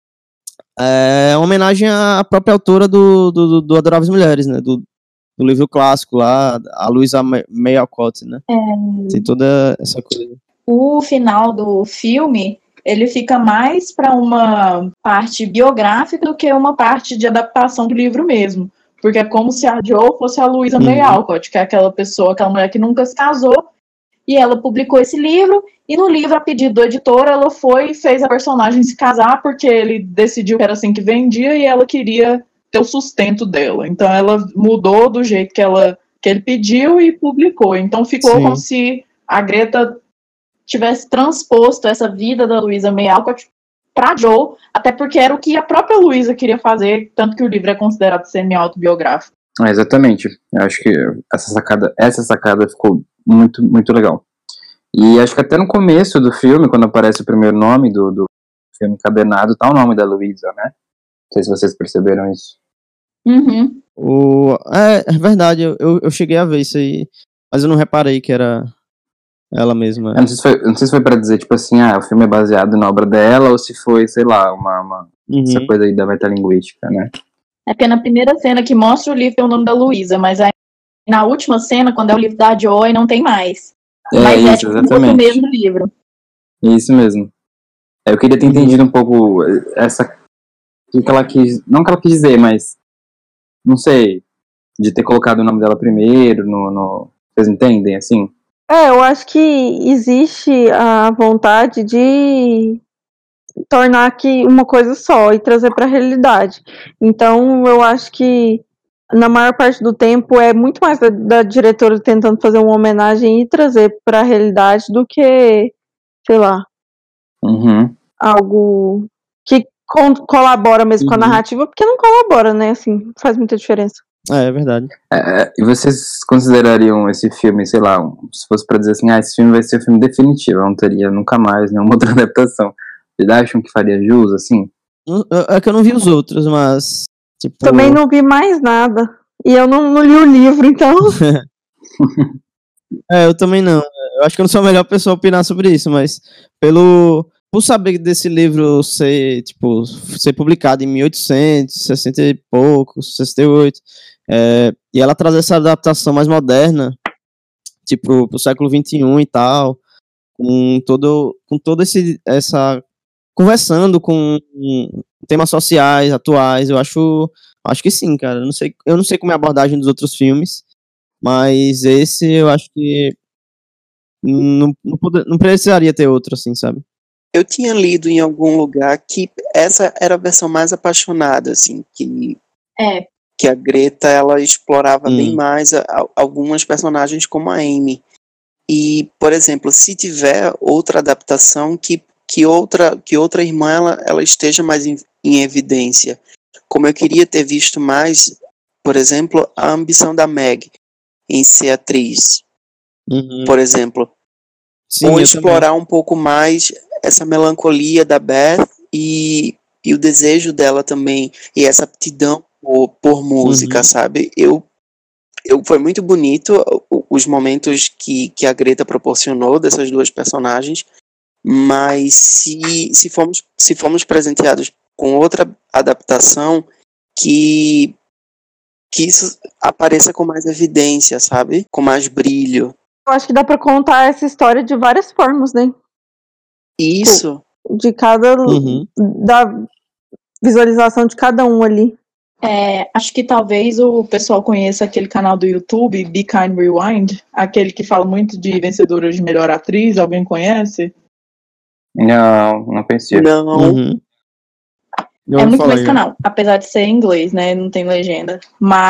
é, uma homenagem à própria autora do, do, do, do Adoráveis Mulheres, né? Do, do livro clássico lá, a Louisa May Alcott, né? Tem toda essa coisa. O final do filme, ele fica mais para uma parte biográfica do que uma parte de adaptação do livro mesmo. Porque é como se a Jo fosse a Louisa May Uhum. Alcott, que é aquela pessoa, aquela mulher que nunca se casou, e ela publicou esse livro, e no livro, a pedido do editor, ela foi e fez a personagem se casar, porque ele decidiu que era assim que vendia, e ela queria ter o sustento dela. Então ela mudou do jeito que, ela, que ele pediu e publicou. Então ficou Sim. como se a Greta tivesse transposto essa vida da Louisa May Alcott para Jo, até porque era o que a própria Louisa queria fazer, tanto que o livro é considerado semi-autobiográfico. É, exatamente. Eu acho que essa sacada, essa sacada ficou muito, muito legal. E acho que até no começo do filme, quando aparece o primeiro nome do, do filme encadernado, tá o nome da Luísa, né? Não sei se vocês perceberam isso. Uhum. O, é, é verdade, eu, eu, eu cheguei a ver isso aí, mas eu não reparei que era ela mesma. Eu não sei se foi, eu não sei se foi pra dizer, tipo assim, ah, o filme é baseado na obra dela, ou se foi, sei lá, uma, uma essa Uhum. coisa aí da metalinguística, né? É porque na primeira cena que mostra o livro tem o nome da Luísa, mas aí na última cena, quando é o livro da Joy, não tem mais. É mas é isso, tipo o exatamente. mesmo livro. Isso mesmo. Eu queria ter Uhum. entendido um pouco essa, o que ela quis, não o que ela quis dizer, mas, não sei, de ter colocado o nome dela primeiro, no, no vocês entendem, assim? É, eu acho que existe a vontade de tornar aqui uma coisa só e trazer para a realidade. Então, eu acho que na maior parte do tempo é muito mais da, da diretora tentando fazer uma homenagem e trazer para a realidade do que, sei lá, Uhum. algo que con- colabora mesmo com a Uhum. narrativa, porque não colabora, né? Assim, não faz muita diferença. É, é verdade. É, e vocês considerariam esse filme, sei lá, um, se fosse pra dizer assim, ah, esse filme vai ser o filme definitivo, não teria nunca mais nenhuma outra adaptação. Vocês acham que faria jus, assim? Não- É que eu não vi os outros, mas tipo, Também não vi mais nada. E eu não, não li o livro, então. é, eu também não. Eu acho que eu não sou a melhor pessoa a opinar sobre isso, mas pelo por saber desse livro ser, tipo, ser publicado em mil oitocentos e sessenta e poucos, sessenta e oito, é, e ela trazer essa adaptação mais moderna, tipo, pro, pro século vinte e um e tal, com todo, com todo esse, essa, conversando com temas sociais, atuais, eu acho, acho que sim, cara. Eu não sei, eu não sei como é a abordagem dos outros filmes, Mas esse eu acho que não, não, pode, não precisaria ter outro, assim, sabe? Eu tinha lido em algum lugar que essa era a versão mais apaixonada, assim, que, É. que a Greta, ela explorava Hum. bem mais a, a, algumas personagens como a Amy. E, por exemplo, se tiver outra adaptação, que, que, outra, que outra irmã ela, ela esteja mais em, em evidência. Como eu queria ter visto mais, por exemplo, a ambição da Meg em ser atriz, Uhum. por exemplo. Sim, ou eu explorar também. um pouco mais essa melancolia da Beth e, e o desejo dela também, e essa aptidão por, por música, Uhum. sabe? Eu, eu, foi muito bonito os momentos que, que a Greta proporcionou dessas duas personagens, mas se, se, formos, se formos presenteados com outra adaptação, que, que isso apareça com mais evidência, sabe? Com mais brilho. Eu acho que dá pra contar essa história de várias formas, né? Isso. De cada... Uhum. da visualização de cada um ali. É, acho que talvez o pessoal conheça aquele canal do YouTube, Be Kind Rewind, aquele que fala muito de vencedora de melhor atriz. Alguém conhece? Não, não pensei. Não. Uhum. Eu É ouvi muito falar bom esse já. canal, apesar de ser em inglês, né? Não tem legenda.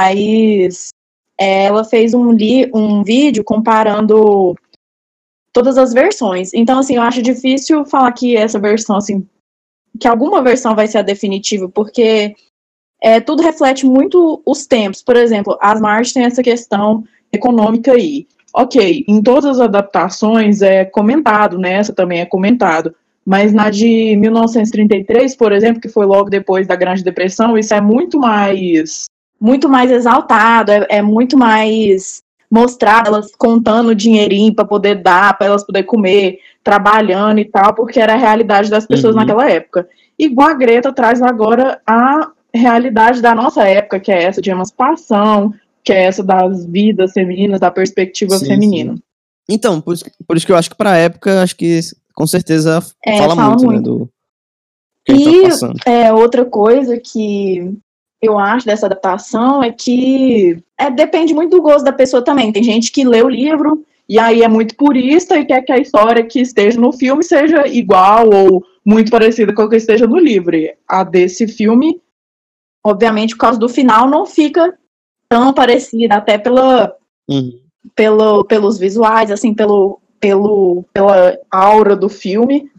Mas é, ela fez um, li- um vídeo comparando todas as versões. Então, assim, eu acho difícil falar que essa versão, assim, que alguma versão vai ser a definitiva, porque é, tudo reflete muito os tempos. Por exemplo, as March tem essa questão econômica aí. Ok, em todas as adaptações é comentado, né? Essa também é comentado. Mas na de mil novecentos e trinta e três, por exemplo, que foi logo depois da Grande Depressão, isso é muito mais, muito mais exaltado, é, é muito mais mostrado, elas contando dinheirinho para poder dar, para elas poderem comer, trabalhando e tal, porque era a realidade das pessoas Uhum. naquela época. Igual a Greta traz agora a realidade da nossa época, que é essa de emancipação, que é essa das vidas femininas, da perspectiva Sim, feminina. sim. Então, por isso, que- por isso que eu acho que pra época, acho que com certeza É, fala, fala muito, né, muito. do que ele tá E passando. é, outra coisa que eu acho dessa adaptação é que é, depende muito do gosto da pessoa também. Tem gente que lê o livro e aí é muito purista e quer que a história que esteja no filme seja igual ou muito parecida com a que esteja no livro. A desse filme, obviamente, por causa do final, não fica tão parecida, até pela, Uhum. pelo, pelos visuais, assim, pelo, pelo, pela aura do filme.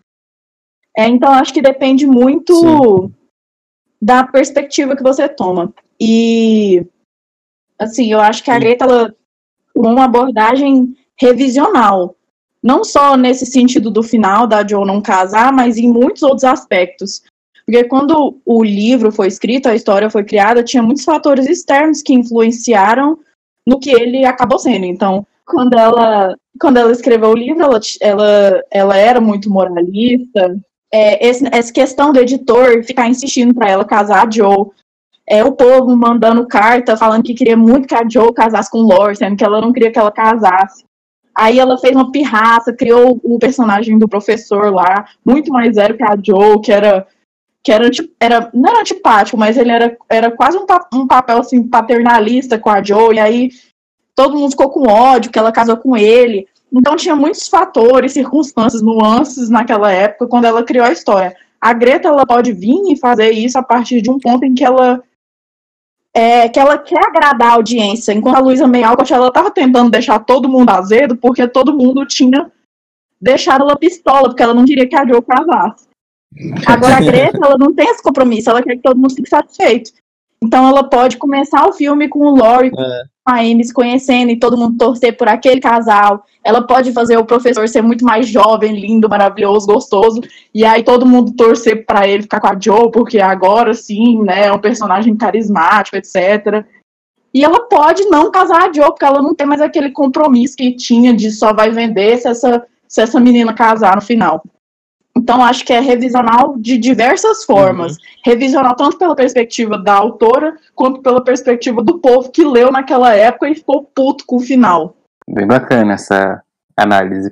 É, então, acho que depende muito Sim. da perspectiva que você toma. E, assim, eu acho que a Sim. Greta, ela tomou uma abordagem revisional. Não só nesse sentido do final, da Jo não casar, mas em muitos outros aspectos. Porque quando o livro foi escrito, a história foi criada, tinha muitos fatores externos que influenciaram no que ele acabou sendo. Então, quando ela, quando ela escreveu o livro, ela, ela, ela era muito moralista. É, esse, essa questão do editor ficar insistindo para ela casar a Jo, é, o povo mandando carta falando que queria muito que a Jo casasse com o Lor, sendo que ela não queria que ela casasse. Aí ela fez uma pirraça, criou o personagem do professor lá, muito mais velho que a Jo, que era, que era, era não era antipático, mas ele era, era quase um, um papel assim, paternalista com a Jo, e aí todo mundo ficou com ódio que ela casou com ele. Então tinha muitos fatores, circunstâncias, nuances naquela época quando ela criou a história. A Greta, ela pode vir e fazer isso a partir de um ponto em que ela é, que ela quer agradar a audiência, enquanto a Luísa May Alcott, ela estava tentando deixar todo mundo azedo porque todo mundo tinha deixado ela pistola, porque ela não queria que a Jo casasse. Agora a Greta, ela não tem esse compromisso, ela quer que todo mundo fique satisfeito. Então ela pode começar o filme com o Laurie, É. a Amy se conhecendo e todo mundo torcer por aquele casal. Ela pode fazer o professor ser muito mais jovem, lindo, maravilhoso, gostoso, e aí todo mundo torcer para ele ficar com a Jo, porque agora sim, né, é um personagem carismático, etcétera. E ela pode não casar a Jo, porque ela não tem mais aquele compromisso que tinha de só vai vender se essa, se essa menina casar no final. Então, acho que é revisional de diversas formas. Uhum. Revisional tanto pela perspectiva da autora, quanto pela perspectiva do povo que leu naquela época e ficou puto com o final. Bem bacana essa análise.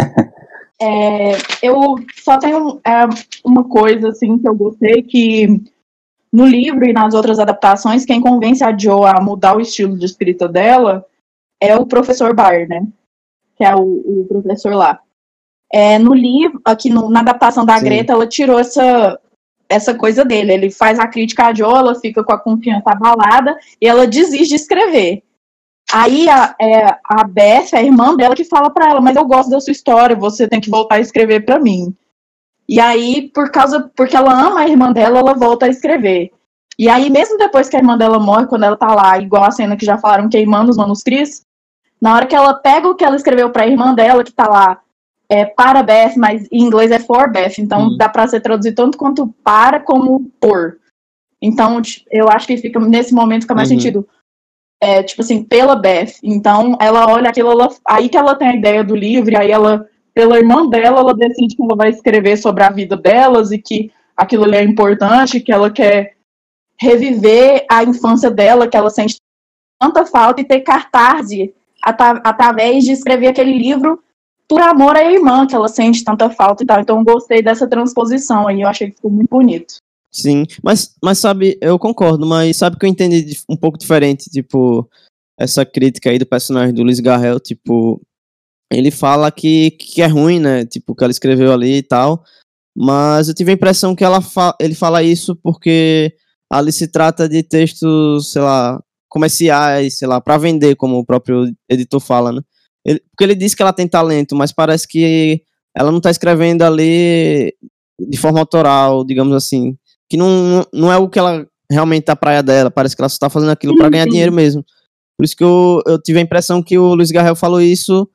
É, eu só tenho é, uma coisa assim, que eu gostei, que no livro e nas outras adaptações, quem convence a Jo a mudar o estilo de escrita dela é o professor Bar, né? Que é o, o professor lá. É, no livro, aqui no, na adaptação da Sim. Greta, ela tirou essa, essa coisa dele. Ele faz a crítica a Joe, ela fica com a confiança abalada e ela desiste de escrever. Aí a, é, a Beth, a irmã dela, que fala pra ela, mas eu gosto da sua história, você tem que voltar a escrever pra mim. E aí, por causa, porque ela ama a irmã dela, ela volta a escrever. E aí, mesmo depois que a irmã dela morre, quando ela tá lá, igual a cena que já falaram, queimando os manuscritos, na hora que ela pega o que ela escreveu pra irmã dela, que tá lá, é para Beth, mas em inglês é for Beth, então Hum. dá pra ser traduzido tanto quanto para como por. Então, eu acho que fica, nesse momento fica mais Uhum. sentido, é, tipo assim, pela Beth. Então, ela olha aquilo, ela, aí que ela tem a ideia do livro, e aí ela, pela irmã dela, ela decide que ela vai escrever sobre a vida delas, e que aquilo ali é importante, que ela quer reviver a infância dela, que ela sente tanta falta, e ter catarse at- através de escrever aquele livro por amor à irmã, que ela sente tanta falta e tal. Então, eu gostei dessa transposição aí, eu achei que ficou muito bonito. Sim, mas, mas sabe, eu concordo, mas sabe que eu entendi dif- um pouco diferente, tipo, essa crítica aí do personagem do Luiz Garrel, tipo, ele fala que, que é ruim, né, tipo, que ela escreveu ali e tal, mas eu tive a impressão que ela fa- ele fala isso porque ali se trata de textos, sei lá, comerciais, sei lá, pra vender, como o próprio editor fala, né, ele, porque ele diz que ela tem talento, mas parece que ela não tá escrevendo ali de forma autoral, digamos assim, que não, não é o que ela realmente a praia dela, parece que ela só tá fazendo aquilo Sim, pra ganhar sim. dinheiro mesmo. Por isso que eu, eu tive a impressão que o Luiz Garrel falou isso,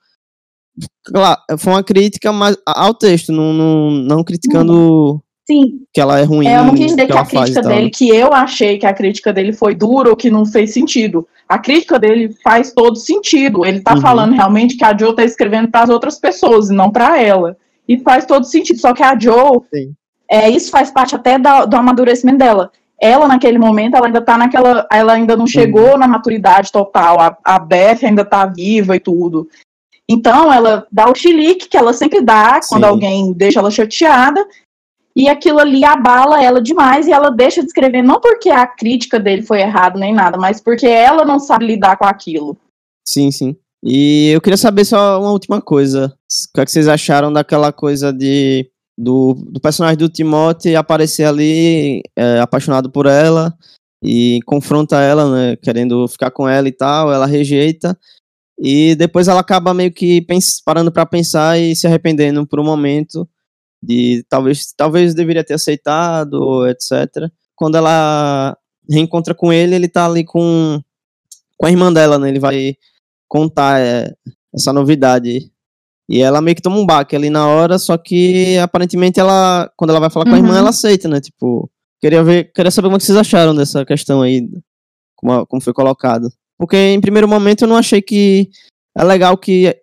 claro, foi uma crítica mas, ao texto, não, não, não criticando Sim, que ela é ruim, é, eu não quis o dizer que que a ela faz e crítica tal, dele, né? que eu achei que a crítica dele foi dura ou que não fez sentido. A crítica dele faz todo sentido. Ele tá Uhum. falando realmente que a Joe tá escrevendo para as outras pessoas e não para ela. E faz todo sentido. Só que a Joe, Sim. é, isso faz parte até da, do amadurecimento dela. Ela, naquele momento, ela ainda tá naquela. Ela ainda não chegou Uhum. na maturidade total. A, a Beth ainda tá viva e tudo. Então, ela dá o chilique que ela sempre dá quando Sim. alguém deixa ela chateada. E aquilo ali abala ela demais e ela deixa de escrever, não porque a crítica dele foi errada nem nada, mas porque ela não sabe lidar com aquilo. Sim, sim. E eu queria saber só uma última coisa. O que é que vocês acharam daquela coisa de do, do personagem do Timóteo aparecer ali é, apaixonado por ela e confronta ela, né, querendo ficar com ela e tal, ela rejeita e depois ela acaba meio que pens- parando pra pensar e se arrependendo por um momento de talvez talvez deveria ter aceitado, etcétera. Quando ela reencontra com ele, ele tá ali com com a irmã dela, né? Ele vai contar é, essa novidade. E ela meio que toma um baque ali na hora, só que aparentemente ela, quando ela vai falar com a irmã, Uhum. ela aceita, né? Tipo, queria ver, queria saber como é que vocês acharam dessa questão aí, como, a- como foi colocado. Porque em primeiro momento eu não achei que é legal que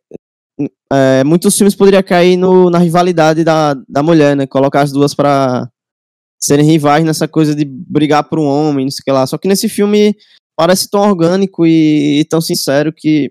é, muitos filmes poderiam cair no, na rivalidade da, da mulher, né? Colocar as duas pra serem rivais nessa coisa de brigar por um homem, não sei o que lá. Só que nesse filme parece tão orgânico e, e tão sincero que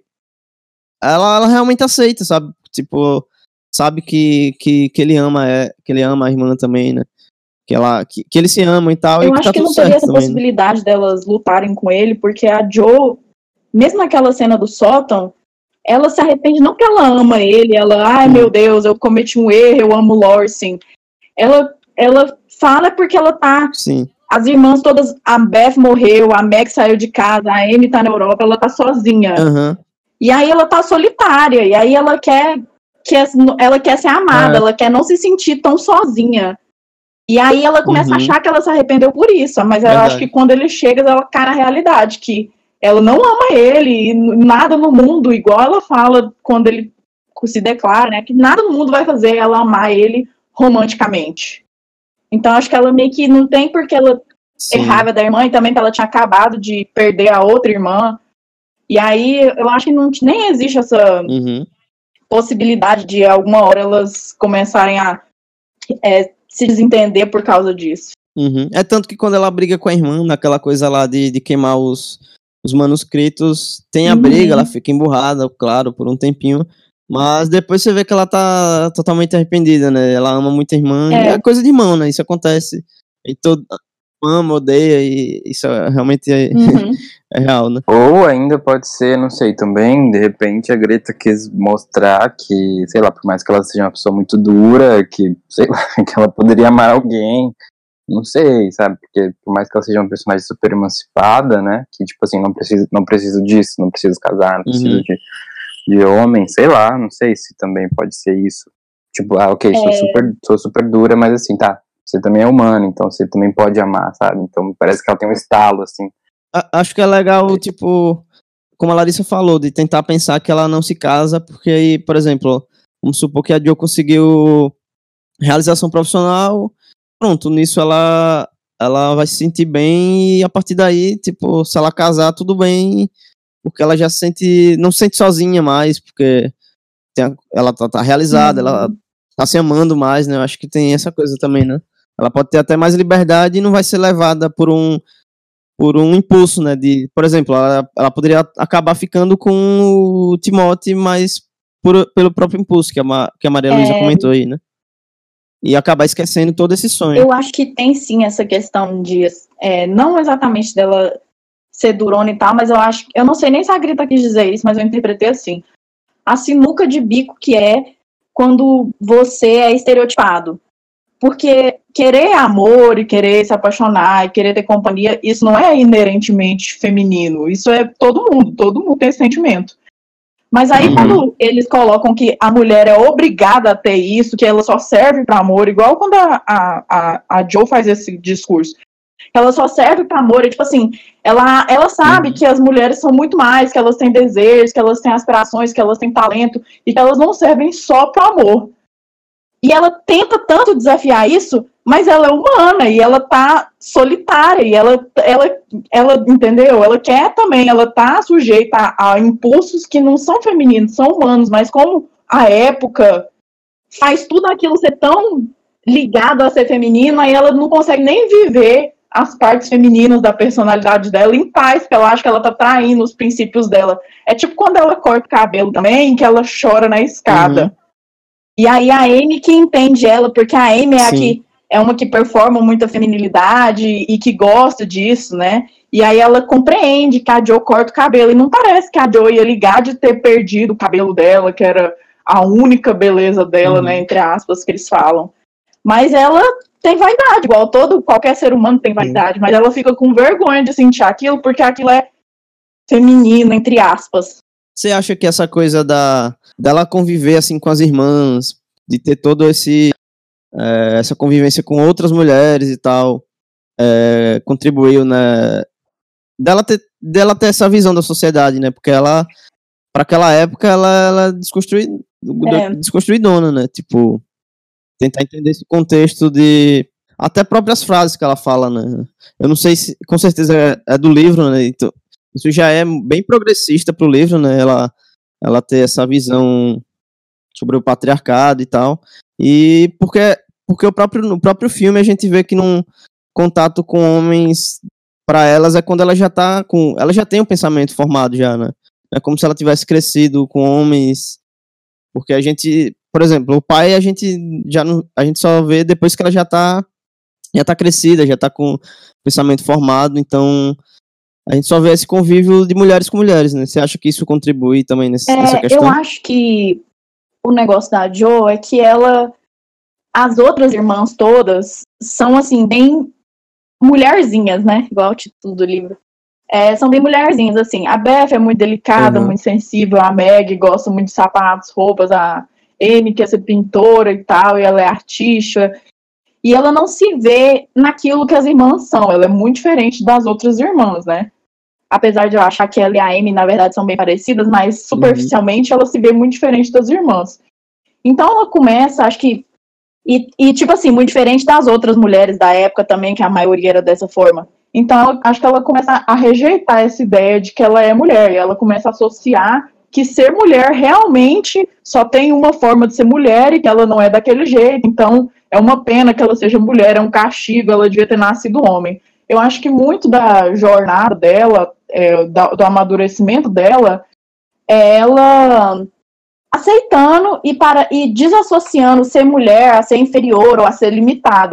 ela, ela realmente aceita, sabe? Tipo, sabe que, que, que ele ama é, que ele ama a irmã também, né? Que, ela, que, que eles se amam e tal, e Eu que acho tá que tudo não teria certo essa também, né? possibilidade delas lutarem com ele, porque a Joe, mesmo naquela cena do sótão, ela se arrepende, não que ela ama ele, ela, ai Hum. meu Deus, eu cometi um erro, eu amo o Lorsin. Ela, ela fala porque ela tá. Sim. As irmãs todas, a Beth morreu, a Meg saiu de casa, a Amy tá na Europa, ela tá sozinha. Aham. E aí ela tá solitária, e aí ela quer, quer ela quer ser amada, É. ela quer não se sentir tão sozinha. E aí ela começa Uhum. a achar que ela se arrependeu por isso, mas eu Verdade. acho que quando ele chega, ela cai na realidade, que ela não ama ele, e nada no mundo, igual ela fala quando ele se declara, né, que nada no mundo vai fazer ela amar ele romanticamente. Então acho que ela meio que não tem porque ela Sim. é raiva da irmã, e também que ela tinha acabado de perder a outra irmã. E aí eu acho que não, nem existe essa Uhum. possibilidade de alguma hora elas começarem a é, se desentender por causa disso. Uhum. É tanto que quando ela briga com a irmã, naquela coisa lá de, de queimar os, os manuscritos, tem a Uhum. briga, ela fica emburrada, claro, por um tempinho, mas depois você vê que ela tá totalmente arrependida, né? Ela ama muito a irmã, É. e é coisa de irmão, né? Isso acontece em, todo, ama, odeia, e isso é, realmente é, Uhum. é real, né? Ou ainda pode ser, não sei, também, de repente a Greta quis mostrar que, sei lá, por mais que ela seja uma pessoa muito dura, que, sei lá, que ela poderia amar alguém, não sei, sabe? Porque por mais que ela seja uma personagem super emancipada, né? Que, tipo assim, não preciso, não preciso disso, não preciso casar, não preciso Uhum. de, de homem, sei lá, não sei se também pode ser isso. Tipo, ah, ok, sou, É. super, sou super dura, mas assim, tá, você também é humano, então você também pode amar, sabe? Então parece que ela tem um estalo, assim. A- Acho que é legal, tipo, como a Larissa falou, de tentar pensar que ela não se casa, porque aí, por exemplo, vamos supor que a Jo conseguiu realização profissional, pronto, nisso ela, ela vai se sentir bem e a partir daí, tipo, se ela casar, tudo bem, porque ela já se sente, não se sente sozinha mais, porque tem a- ela tá, tá realizada, Uhum. ela tá se amando mais, né? Eu acho que tem essa coisa também, né? Ela pode ter até mais liberdade e não vai ser levada por um por um impulso, né? De, por exemplo, ela, ela poderia acabar ficando com o Timóteo, mas por, pelo próprio impulso que a, Ma- que a Maria Luísa É, comentou aí, né? E acabar esquecendo todo esse sonho. eu acho que tem sim essa questão de, é, não exatamente dela ser durona e tal, mas eu acho, eu não sei nem se a Greta quis dizer isso, mas eu interpretei assim. A sinuca de bico que é quando você é estereotipado. Porque querer amor e querer se apaixonar e querer ter companhia, isso não é inerentemente feminino. Isso é todo mundo, todo mundo tem esse sentimento. Mas aí Uhum. quando eles colocam que a mulher é obrigada a ter isso, que ela só serve para amor, igual quando a, a, a, a Jo faz esse discurso, ela só serve para amor, e tipo assim, ela, ela sabe Uhum. que as mulheres são muito mais, que elas têm desejos, que elas têm aspirações, que elas têm talento, e que elas não servem só para amor. E ela tenta tanto desafiar isso, mas ela é humana e ela tá solitária e ela, ela, ela entendeu? Ela quer também, ela tá sujeita a, a impulsos que não são femininos, são humanos, mas como a época faz tudo aquilo ser tão ligado a ser feminino, aí ela não consegue nem viver as partes femininas da personalidade dela em paz, porque ela acha que ela tá traindo os princípios dela. É tipo quando ela corta o cabelo também, que ela chora na escada. Uhum. E aí a Amy que entende ela, porque a Amy é a Sim. que é uma que performa muita feminilidade e que gosta disso, né? E aí ela compreende que a Jo corta o cabelo. E não parece que a Jo ia ligar de ter perdido o cabelo dela, que era a única beleza dela, Uhum. né? Entre aspas, que eles falam. Mas ela tem vaidade, igual todo, qualquer ser humano tem vaidade. Mas ela fica com vergonha de sentir aquilo, porque aquilo é feminino, entre aspas. Você acha que essa coisa da dela conviver assim com as irmãs, de ter todo esse é, essa convivência com outras mulheres e tal, é, contribuiu, né? Dela ter, dela ter essa visão da sociedade, né? Porque ela, para aquela época, ela, ela desconstrui, É. desconstruidona, né? Tipo, tentar entender esse contexto de até próprias frases que ela fala, né? Eu não sei se, com certeza é, é do livro, né? Então, isso já é bem progressista pro livro, né? Ela, ela ter essa visão sobre o patriarcado e tal. E porque, porque o próprio, no próprio filme a gente vê que num contato com homens, para elas é quando ela já tá com, ela já tem um pensamento formado já, né? É como se ela tivesse crescido com homens, porque a gente, por exemplo, o pai a gente já não, a gente só vê depois que ela já tá já tá crescida, já tá com pensamento formado, então a gente só vê esse convívio de mulheres com mulheres, né? Você acha que isso contribui também nesse, É, nessa questão? eu acho que o negócio da Jo é que ela, as outras irmãs todas são assim bem mulherzinhas, né? Igual o título do livro. É, são bem mulherzinhas, assim. A Beth é muito delicada, Uhum. muito sensível. A Meg gosta muito de sapatos, roupas. A Amy quer ser pintora e tal, e ela é artista. E ela não se vê naquilo que as irmãs são. Ela é muito diferente das outras irmãs, né? Apesar de eu achar que ela e a Amy, na verdade, são bem parecidas, mas superficialmente ela se vê muito diferente das irmãs. Então ela começa, acho que... E, e, tipo assim, muito diferente das outras mulheres da época também, que a maioria era dessa forma. Então, ela, acho que ela começa a rejeitar essa ideia de que ela é mulher. E ela começa a associar que ser mulher realmente só tem uma forma de ser mulher e que ela não é daquele jeito. Então, é uma pena que ela seja mulher, é um castigo, ela devia ter nascido homem. Eu acho que muito da jornada dela, é, da, do amadurecimento dela, é ela aceitando e, para, e desassociando ser mulher a ser inferior ou a ser limitada.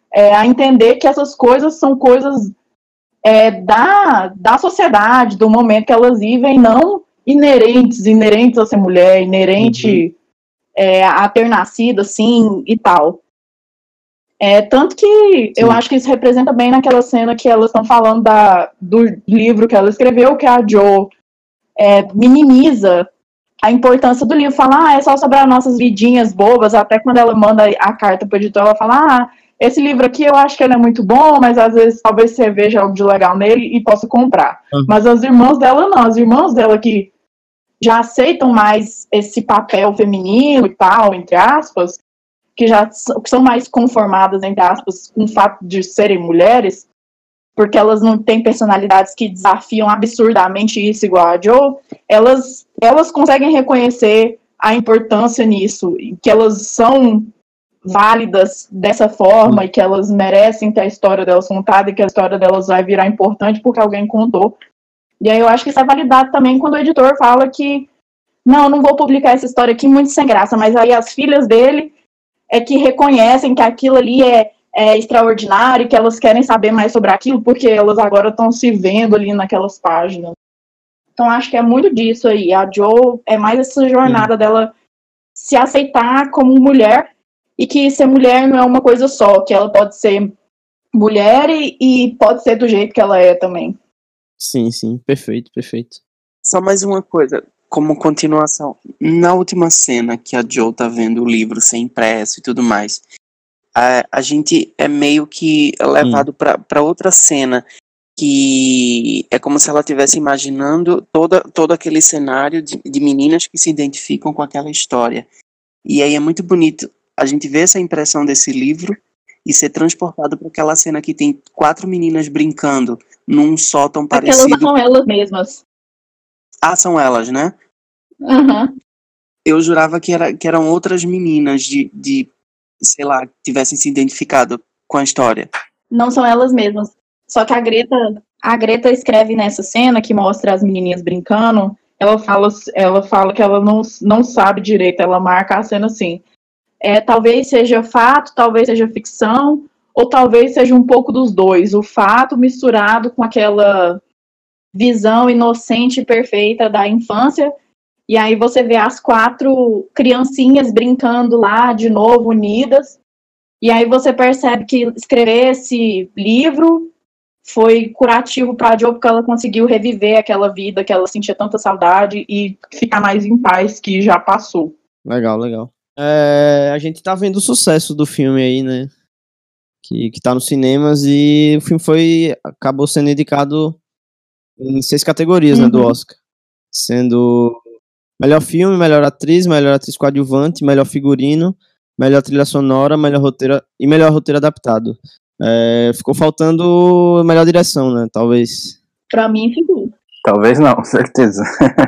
é, a entender que essas coisas são coisas é, da, da sociedade, do momento que elas vivem, não inerentes, inerentes a ser mulher, inerente uhum. é, a ter nascido assim e tal. É, tanto que Sim. eu acho que isso representa bem naquela cena que elas estão falando da, do livro que ela escreveu, que a Jo é, minimiza a importância do livro, fala, ah, é só sobre as nossas vidinhas bobas, até quando ela manda a carta para o editor, ela fala, ah, esse livro aqui eu acho que ele é muito bom, mas às vezes talvez você veja algo de legal nele e possa comprar. Uhum. Mas as irmãs dela não, as irmãs dela que já aceitam mais esse papel feminino e tal, entre aspas, que já que são mais conformadas, entre aspas, com o fato de serem mulheres, porque elas não têm personalidades que desafiam absurdamente isso igual a Jo, elas, elas conseguem reconhecer a importância nisso, que elas são válidas dessa forma e que elas merecem ter a história delas contada e que a história delas vai virar importante porque alguém contou. E aí eu acho que isso é validado também quando o editor fala que não, não vou publicar essa história aqui muito sem graça, mas aí as filhas dele é que reconhecem que aquilo ali é, é extraordinário, que elas querem saber mais sobre aquilo, porque elas agora estão se vendo ali naquelas páginas. Então acho que é muito disso aí. A Jo é mais essa jornada Sim. dela se aceitar como mulher, e que ser mulher não é uma coisa só, que ela pode ser mulher e, e pode ser do jeito que ela é também. Sim, sim, perfeito, perfeito. Só mais uma coisa, como continuação. Na última cena que a Jo tá vendo o livro ser impresso e tudo mais, a, a gente é meio que levado hum. pra, pra outra cena, que é como se ela estivesse imaginando toda, todo aquele cenário de, de meninas que se identificam com aquela história. E aí é muito bonito a gente ver essa impressão desse livro e ser transportado para aquela cena que tem quatro meninas brincando num sótão parecido. Aquelas são elas mesmas. Ah, são elas, né? Uhum. Eu jurava que, era, que eram outras meninas de, de, sei lá, que tivessem se identificado com a história. Não são elas mesmas. Só que a Greta, a Greta escreve nessa cena que mostra as menininhas brincando, ela fala, ela fala que ela não, não sabe direito, ela marca a cena assim. É, talvez seja fato, talvez seja ficção, ou talvez seja um pouco dos dois. O fato misturado com aquela visão inocente e perfeita da infância, e aí você vê as quatro criancinhas brincando lá de novo, unidas, e aí você percebe que escrever esse livro foi curativo para a Jo, porque ela conseguiu reviver aquela vida que ela sentia tanta saudade e ficar mais em paz que já passou. Legal, legal. É, a gente tá vendo o sucesso do filme aí, né? Que, que tá nos cinemas, e o filme foi, acabou sendo indicado em seis categorias, uhum. né, do Oscar. Sendo melhor filme, melhor atriz, melhor atriz coadjuvante, melhor figurino, melhor trilha sonora, melhor roteiro e melhor roteiro adaptado. É, ficou faltando melhor direção, né? Talvez. Pra mim, ficou. Talvez não, certeza.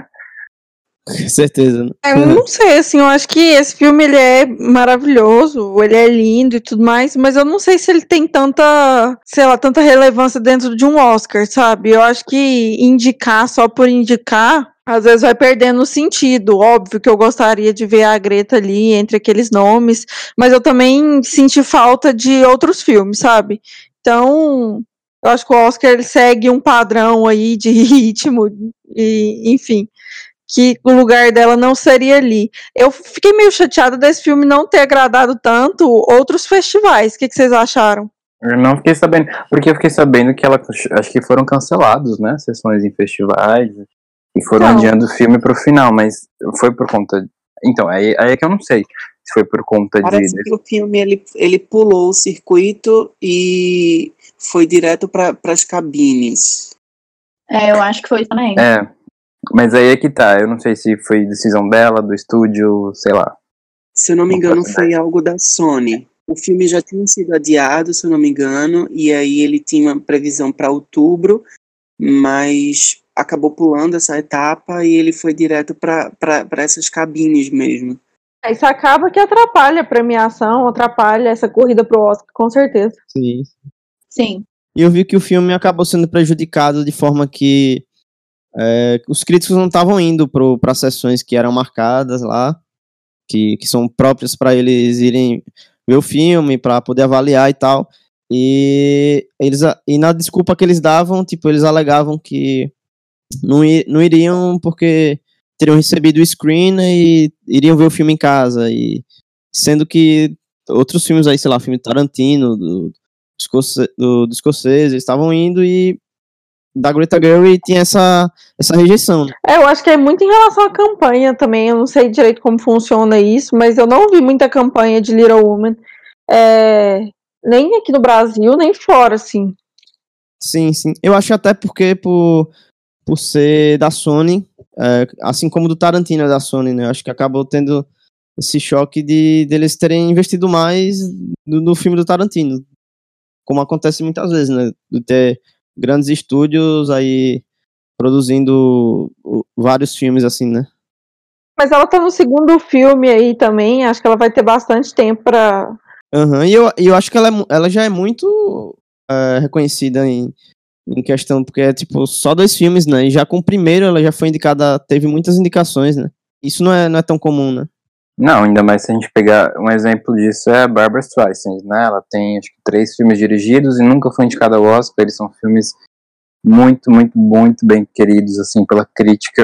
Certeza, né? Eu não sei, assim, eu acho que esse filme ele é maravilhoso, ele é lindo e tudo mais, mas eu não sei se ele tem tanta, sei lá, tanta relevância dentro de um Oscar, sabe? Eu acho que indicar só por indicar, às vezes vai perdendo o sentido. Óbvio que eu gostaria de ver a Greta ali entre aqueles nomes, mas eu também senti falta de outros filmes, sabe? Então, eu acho que o Oscar ele segue um padrão aí de ritmo e, enfim, que o lugar dela não seria ali. Eu fiquei meio chateada desse filme não ter agradado tanto outros festivais. O que, que vocês acharam? Eu não fiquei sabendo, porque eu fiquei sabendo que ela, acho que foram cancelados, né, sessões em festivais, e foram não. adiando o filme pro final, mas foi por conta... Então, aí, aí é que eu não sei se foi por conta Parece de... Parece que o filme, ele, ele pulou o circuito e foi direto para as cabines. É, eu acho que foi também. É. Mas aí é que tá, eu não sei se foi decisão dela, do estúdio, sei lá. Se eu não me engano, foi algo da Sony. O filme já tinha sido adiado, se eu não me engano, e aí ele tinha uma previsão para outubro, mas acabou pulando essa etapa e ele foi direto para essas cabines mesmo. Isso acaba que atrapalha a premiação, atrapalha essa corrida pro Oscar, com certeza. Sim. Sim. E eu vi que o filme acabou sendo prejudicado de forma que É, os críticos não estavam indo para as sessões que eram marcadas lá, que, que são próprias para eles irem ver o filme, para poder avaliar e tal. E, eles, e na desculpa que eles davam, tipo, eles alegavam que não, i, não iriam porque teriam recebido o screen e iriam ver o filme em casa. E, sendo que outros filmes aí, sei lá, filme Tarantino, do, do, do Scorsese, eles estavam indo e da Greta Gerwig tinha essa, essa rejeição. É, eu acho que é muito em relação à campanha também, eu não sei direito como funciona isso, mas eu não vi muita campanha de Little Women, é, nem aqui no Brasil, nem fora, assim. Sim, sim. Eu acho até porque por, por ser da Sony, é, assim como do Tarantino é da Sony, né? Eu acho que acabou tendo esse choque de deles terem investido mais no, no filme do Tarantino, como acontece muitas vezes, né? De ter grandes estúdios aí produzindo vários filmes assim, né? Mas ela tá no segundo filme aí também, acho que ela vai ter bastante tempo pra... Uhum. E eu, eu acho que ela, é, ela já é muito é, reconhecida em, em questão, porque é tipo só dois filmes, né? E já com o primeiro ela já foi indicada, teve muitas indicações, né? Isso não é, não é tão comum, né? Não, ainda mais se a gente pegar um exemplo disso é a Barbra Streisand, né? Ela tem acho que três filmes dirigidos e nunca foi indicada ao Oscar. Eles são filmes muito, muito, muito bem queridos, assim, pela crítica.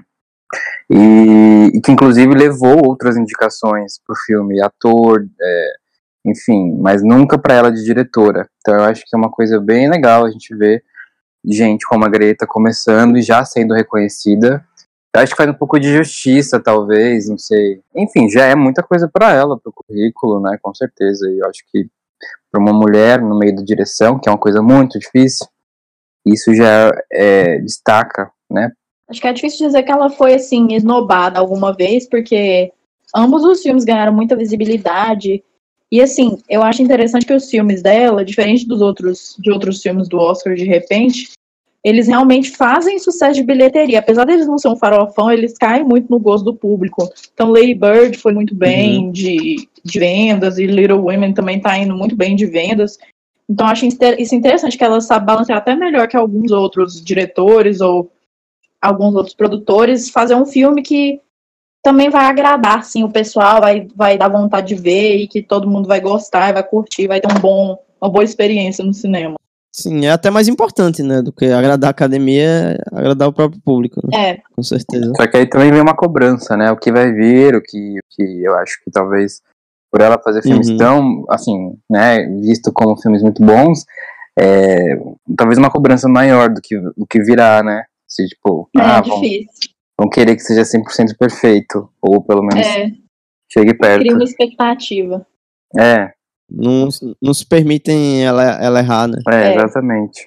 E, e que inclusive levou outras indicações pro filme, ator, é, enfim, mas nunca para ela de diretora. Então eu acho que é uma coisa bem legal a gente ver gente como a Greta começando e já sendo reconhecida. Eu acho que faz um pouco de justiça, talvez, não sei. Enfim, já é muita coisa para ela, pro currículo, né, com certeza. E eu acho que para uma mulher no meio da direção, que é uma coisa muito difícil, isso já é, destaca, né. Acho que é difícil dizer que ela foi, assim, esnobada alguma vez, porque ambos os filmes ganharam muita visibilidade. E, assim, eu acho interessante que os filmes dela, diferente dos outros, de outros filmes do Oscar, de repente, eles realmente fazem sucesso de bilheteria. Apesar deles não ser um farofão, eles caem muito no gosto do público. Então, Lady Bird foi muito bem uhum. de, de vendas, e Little Women também tá indo muito bem de vendas. Então, acho isso interessante, que ela sabe balancear até melhor que alguns outros diretores ou alguns outros produtores, fazer um filme que também vai agradar, sim, o pessoal, vai, vai dar vontade de ver e que todo mundo vai gostar, vai curtir, vai ter um bom, uma boa experiência no cinema. Sim, é até mais importante, né, do que agradar a academia, é agradar o próprio público, né? É. Com certeza. Só que aí também vem uma cobrança, né, o que vai vir, o que, o que eu acho que talvez, por ela fazer filmes uhum. tão, assim, né, visto como filmes muito bons, é, talvez uma cobrança maior do que, do que virá, né, se tipo, é ah, difícil. Vão, vão querer que seja cem por cento perfeito, ou pelo menos é. chegue perto. Cria uma expectativa. É. Não, não se permitem ela, ela errar, né? É, é, exatamente.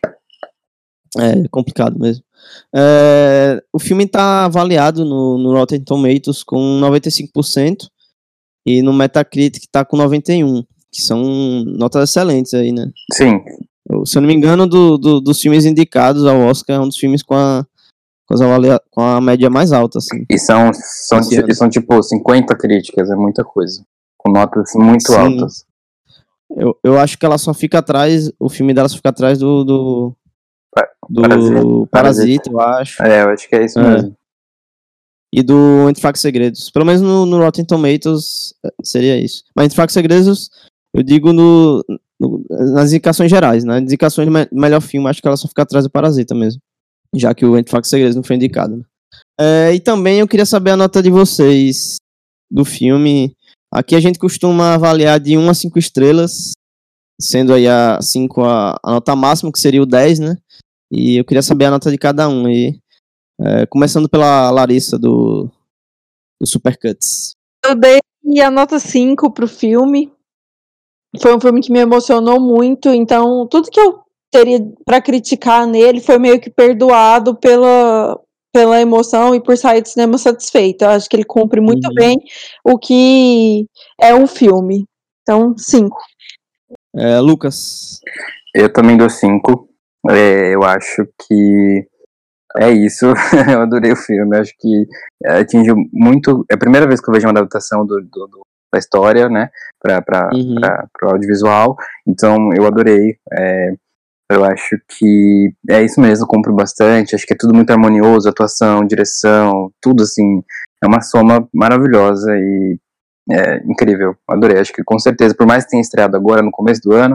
É complicado mesmo. É, o filme tá avaliado no, no Rotten Tomatoes com noventa e cinco por cento e no Metacritic tá com noventa e um por cento, que são notas excelentes aí, né? Sim. Se eu não me engano, do, do, dos filmes indicados ao Oscar, é um dos filmes com a, com, as avalia, com a média mais alta, assim. E são, são, t- são tipo cinquenta críticas, é muita coisa. Com notas muito Sim. altas. Eu, eu acho que ela só fica atrás, o filme dela só fica atrás do do, do Parasita, Parasita, eu acho. É, eu acho que é isso é. mesmo. E do Entre Factos e Segredos. Pelo menos no, no Rotten Tomatoes seria isso. Mas Entre Factos e Segredos, eu digo no, no, nas indicações gerais, né? Nas indicações de me- melhor filme, acho que ela só fica atrás do Parasita mesmo. Já que o Entre Factos e Segredos não foi indicado, né? É, e também eu queria saber a nota de vocês do filme. Aqui a gente costuma avaliar de um a cinco estrelas, sendo aí a cinco a, a nota máxima, que seria o dez, né? E eu queria saber a nota de cada um aí. É, começando pela Larissa, do, do Supercuts. Eu dei a nota cinco pro filme. Foi um filme que me emocionou muito, então tudo que eu teria pra criticar nele foi meio que perdoado pela, pela emoção e por sair do cinema satisfeita. Eu acho que ele cumpre muito uhum. bem o que é um filme. Então, cinco. É, Lucas? Eu também dou cinco. É, eu acho que é isso. Eu adorei o filme. Eu acho que atingiu muito. É a primeira vez que eu vejo uma adaptação do, do, do, da história, né? Para uhum. o audiovisual. Então, eu adorei. É, eu acho que é isso mesmo, cumpre bastante. Acho que é tudo muito harmonioso, atuação, direção, tudo assim. É uma soma maravilhosa e é incrível. Adorei. Acho que com certeza, por mais que tenha estreado agora no começo do ano,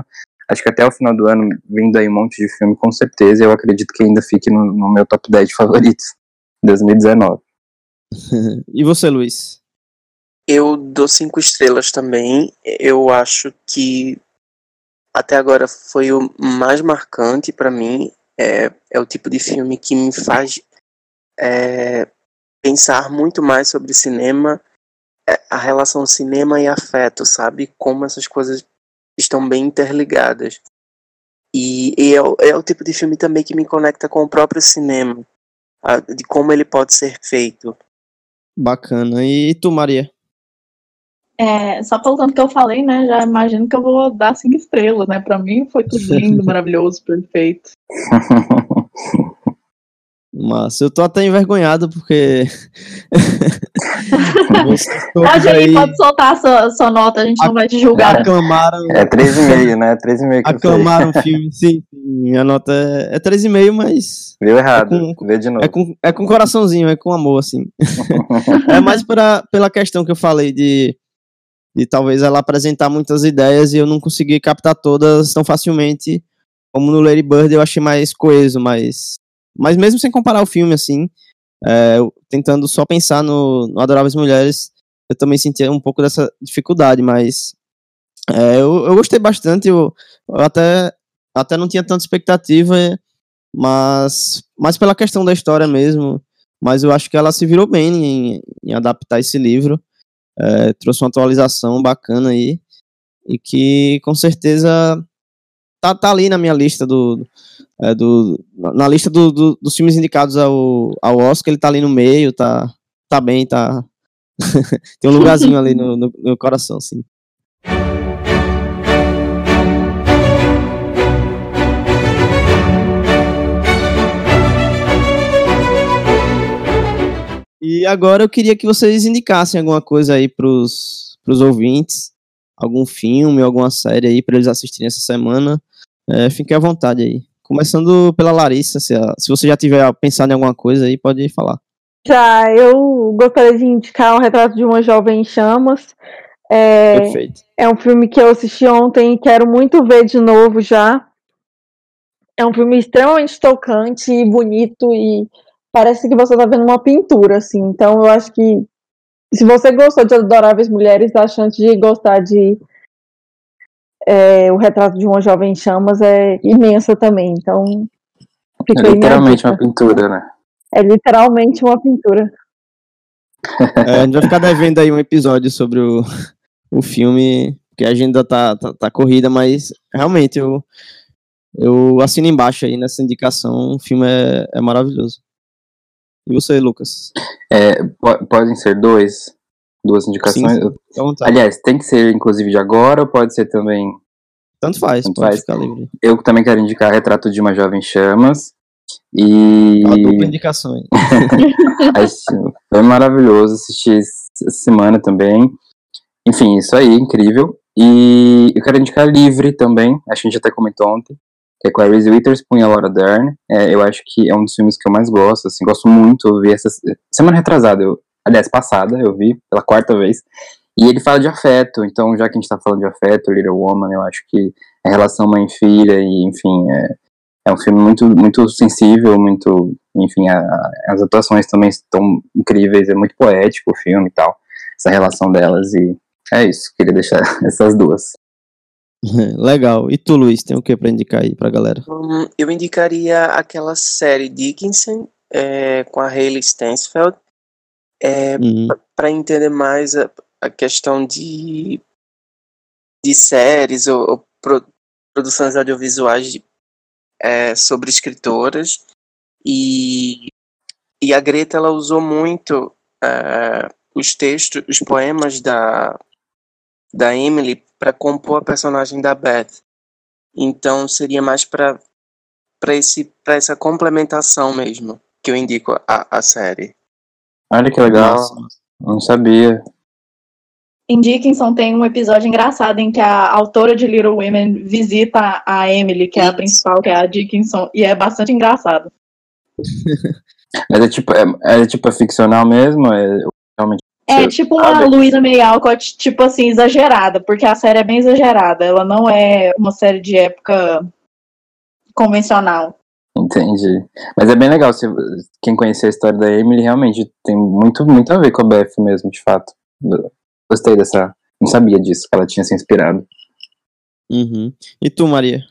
acho que até o final do ano, vindo aí um monte de filme, com certeza, eu acredito que ainda fique no, no meu top dez de favoritos de dois mil e dezenove. E você, Luiz? Eu dou cinco estrelas também. Eu acho que até agora foi o mais marcante pra mim. É, é o tipo de filme que me faz é, pensar muito mais sobre cinema, é, a relação cinema e afeto, sabe? Como essas coisas estão bem interligadas. E, e é, o- é o tipo de filme também que me conecta com o próprio cinema, a- de como ele pode ser feito. Bacana. E tu, Maria? É, só pelo tanto que eu falei, né? Já imagino que eu vou dar cinco estrelas, né? Pra mim foi tudo lindo, maravilhoso, perfeito. Mas eu tô até envergonhado porque vocês todos Pode ir, aí pode soltar a sua, sua nota, a gente não vai te julgar. aclamaram, É três e meio, né? três e meio que eu falei. aclamaram o filme. Sim, minha nota é, é três e meio, mas Viu errado, É com- vê de novo. é com, é com coraçãozinho, é com amor, assim. É mais pra, pela questão que eu falei de, de talvez ela apresentar muitas ideias e eu não consegui captar todas tão facilmente como no Lady Bird. Eu achei mais coeso, mas, mas mesmo sem comparar o filme, assim, é, eu tentando só pensar no, no Adoráveis Mulheres, eu também senti um pouco dessa dificuldade, mas é, eu, eu gostei bastante, eu, eu até, até não tinha tanta expectativa, mas, mas pela questão da história mesmo, mas eu acho que ela se virou bem em, em adaptar esse livro, é, trouxe uma atualização bacana aí, e que com certeza tá, tá ali na minha lista do, é, do na lista do, do- dos filmes indicados ao, ao Oscar, ele tá ali no meio, tá, tá bem, tá tem um lugarzinho ali no, no, no coração, assim. E agora eu queria que vocês indicassem alguma coisa aí pros, pros ouvintes, algum filme, alguma série aí pra eles assistirem essa semana. É, fiquem à vontade aí. Começando pela Larissa, se, a- se você já tiver pensado em alguma coisa aí, pode falar. Já, eu gostaria de indicar O Retrato de uma Jovem em Chamas. É, Perfeito. é um filme que eu assisti ontem e quero muito ver de novo já. É um filme extremamente tocante e bonito e parece que você está vendo uma pintura, assim. Então eu acho que se você gostou de Adoráveis Mulheres, a chance de gostar de é, O Retrato de uma Jovem em Chamas é imensa também. Então É fica aí minha literalmente dica. uma pintura, né? É literalmente uma pintura. É, a gente vai ficar devendo aí um episódio sobre o, o filme, porque a agenda tá, tá, tá corrida, mas realmente eu, eu assino embaixo aí nessa indicação. O filme é, é maravilhoso. E você, Lucas? É, po- podem ser dois, duas indicações. Sim, sim. Fica à vontade. Aliás, tem que ser inclusive de agora ou pode ser também. Tanto faz, Tanto pode faz. ficar livre. Eu também quero indicar Retrato de uma Jovem em Chamas. E A dupla indicação aí. acho- foi maravilhoso assistir essa semana também. Enfim, isso aí, incrível. E eu quero indicar Livre também, acho que a gente até comentou ontem, que é com a Reese Witherspoon e a Laura Dern. É, eu acho que é um dos filmes que eu mais gosto, assim, gosto muito. Eu vi essa semana retrasada, eu, aliás, passada, eu vi pela quarta vez. E ele fala de afeto, então já que a gente tá falando de afeto, Little Woman, eu acho que a relação mãe-filha e, enfim, é, é um filme muito, muito sensível, muito, enfim, a, a, as atuações também estão incríveis, é muito poético o filme e tal, essa relação delas, e é isso, queria deixar essas duas. Legal. E tu, Luiz, tem o que pra indicar aí pra galera? Hum, eu indicaria aquela série Dickinson, é, com a Hailey Steinsfeld, é, Uhum. para entender mais a, a questão de, de séries ou, ou pro- produções audiovisuais de- é, sobre escritoras. E, e a Greta, ela usou muito é, os textos, os poemas da, da Emily para compor a personagem da Beth. Então seria mais para para esse para essa complementação mesmo que eu indico a, a série. Olha que legal, Massa. não sabia. Em Dickinson tem um episódio engraçado em que a autora de Little Women visita a Emily, que é a principal, que é a Dickinson, e é bastante engraçado. Mas é tipo, é, é tipo é ficcional mesmo? É realmente É tipo uma Luísa May Alcott, tipo assim, exagerada, porque a série é bem exagerada. Ela não é uma série de época convencional. Entendi. Mas é bem legal, se, quem conhecer a história da Emily, realmente tem muito, muito a ver com a Beth mesmo, de fato. Gostei dessa... Não sabia disso, que ela tinha se inspirado. Uhum. E tu, Maria?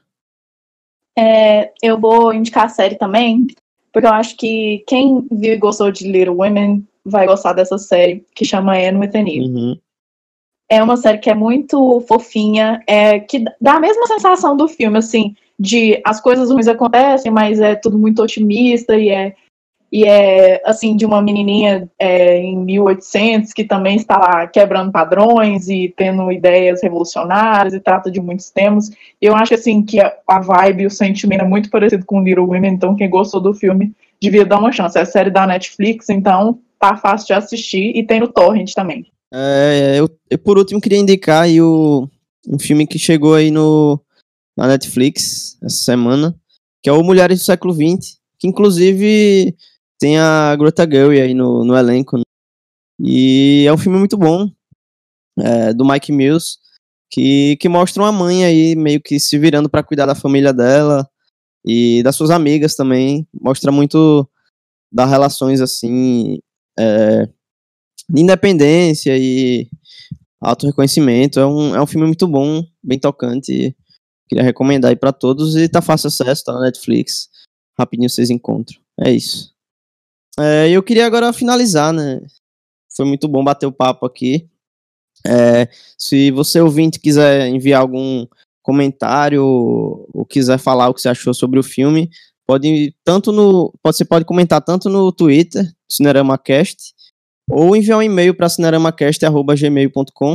É, eu vou indicar a série também, porque eu acho que quem viu e gostou de Little Women vai gostar dessa série, que chama Anne with an E. Uhum. É uma série que é muito fofinha, é, que dá a mesma sensação do filme, assim, de as coisas ruins acontecem, mas é tudo muito otimista e é, e é assim, de uma menininha é, em mil e oitocentos que também está lá quebrando padrões e tendo ideias revolucionárias e trata de muitos temas. Eu acho, assim, que a, a vibe e o sentimento é muito parecido com Little Women, então quem gostou do filme devia dar uma chance. É a série da Netflix, então tá fácil de assistir e tem no Torrent também. É, eu, eu, por último, queria indicar aí o, um filme que chegou aí no, na Netflix essa semana, que é o Mulheres do Século vinte, que inclusive tem a Greta Gerwig aí no, no elenco, né? E é um filme muito bom, é, do Mike Mills, que, que mostra uma mãe aí meio que se virando para cuidar da família dela e das suas amigas também. Mostra muito das relações, assim, é, de independência e auto-reconhecimento. É um, é um filme muito bom, bem tocante. Queria recomendar aí pra todos e tá fácil acesso, tá na Netflix. Rapidinho vocês encontram. É isso. É, eu queria agora finalizar, né? Foi muito bom bater o papo aqui. É, se você ouvinte quiser enviar algum comentário ou quiser falar o que você achou sobre o filme, pode tanto no, pode, você pode comentar tanto no Twitter, CineramaCast, ou enviar um e-mail para cineramacast arroba gmail ponto com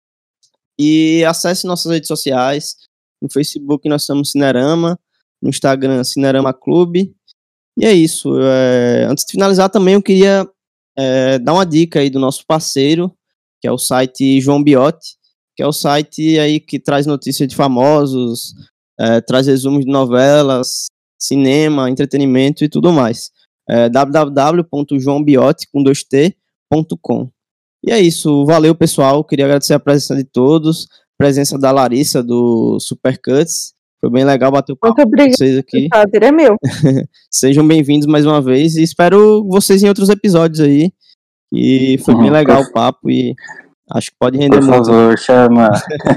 e acesse nossas redes sociais. No Facebook nós somos Cinerama, no Instagram Cinerama Clube. E é isso. É, antes de finalizar também eu queria é, dar uma dica aí do nosso parceiro, que é o site João Biotti, que é o site aí que traz notícias de famosos, é, traz resumos de novelas, cinema, entretenimento e tudo mais. É, w w w ponto joão biotti com dois t ponto com. E é isso, valeu pessoal, queria agradecer a presença de todos, presença da Larissa do Supercuts, foi bem legal bater o papo com vocês aqui. O prazer é meu. Sejam bem-vindos mais uma vez e espero vocês em outros episódios aí, e foi bem legal o papo e acho que pode render Por muito. Por favor, chama.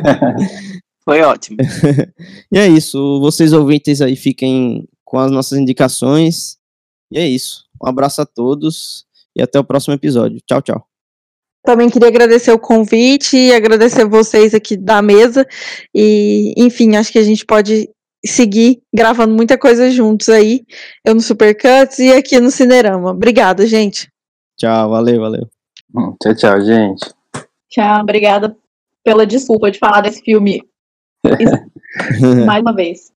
Foi ótimo. E é isso, vocês ouvintes aí fiquem com as nossas indicações. E é isso, um abraço a todos e até o próximo episódio. Tchau, tchau. Também queria agradecer o convite e agradecer vocês aqui da mesa. E, enfim, acho que a gente pode seguir gravando muita coisa juntos aí. Eu no Supercuts e aqui no Cinerama. Obrigada, gente. Tchau, valeu, valeu. Tchau, tchau, gente. Tchau, obrigada pela desculpa de falar desse filme mais uma vez.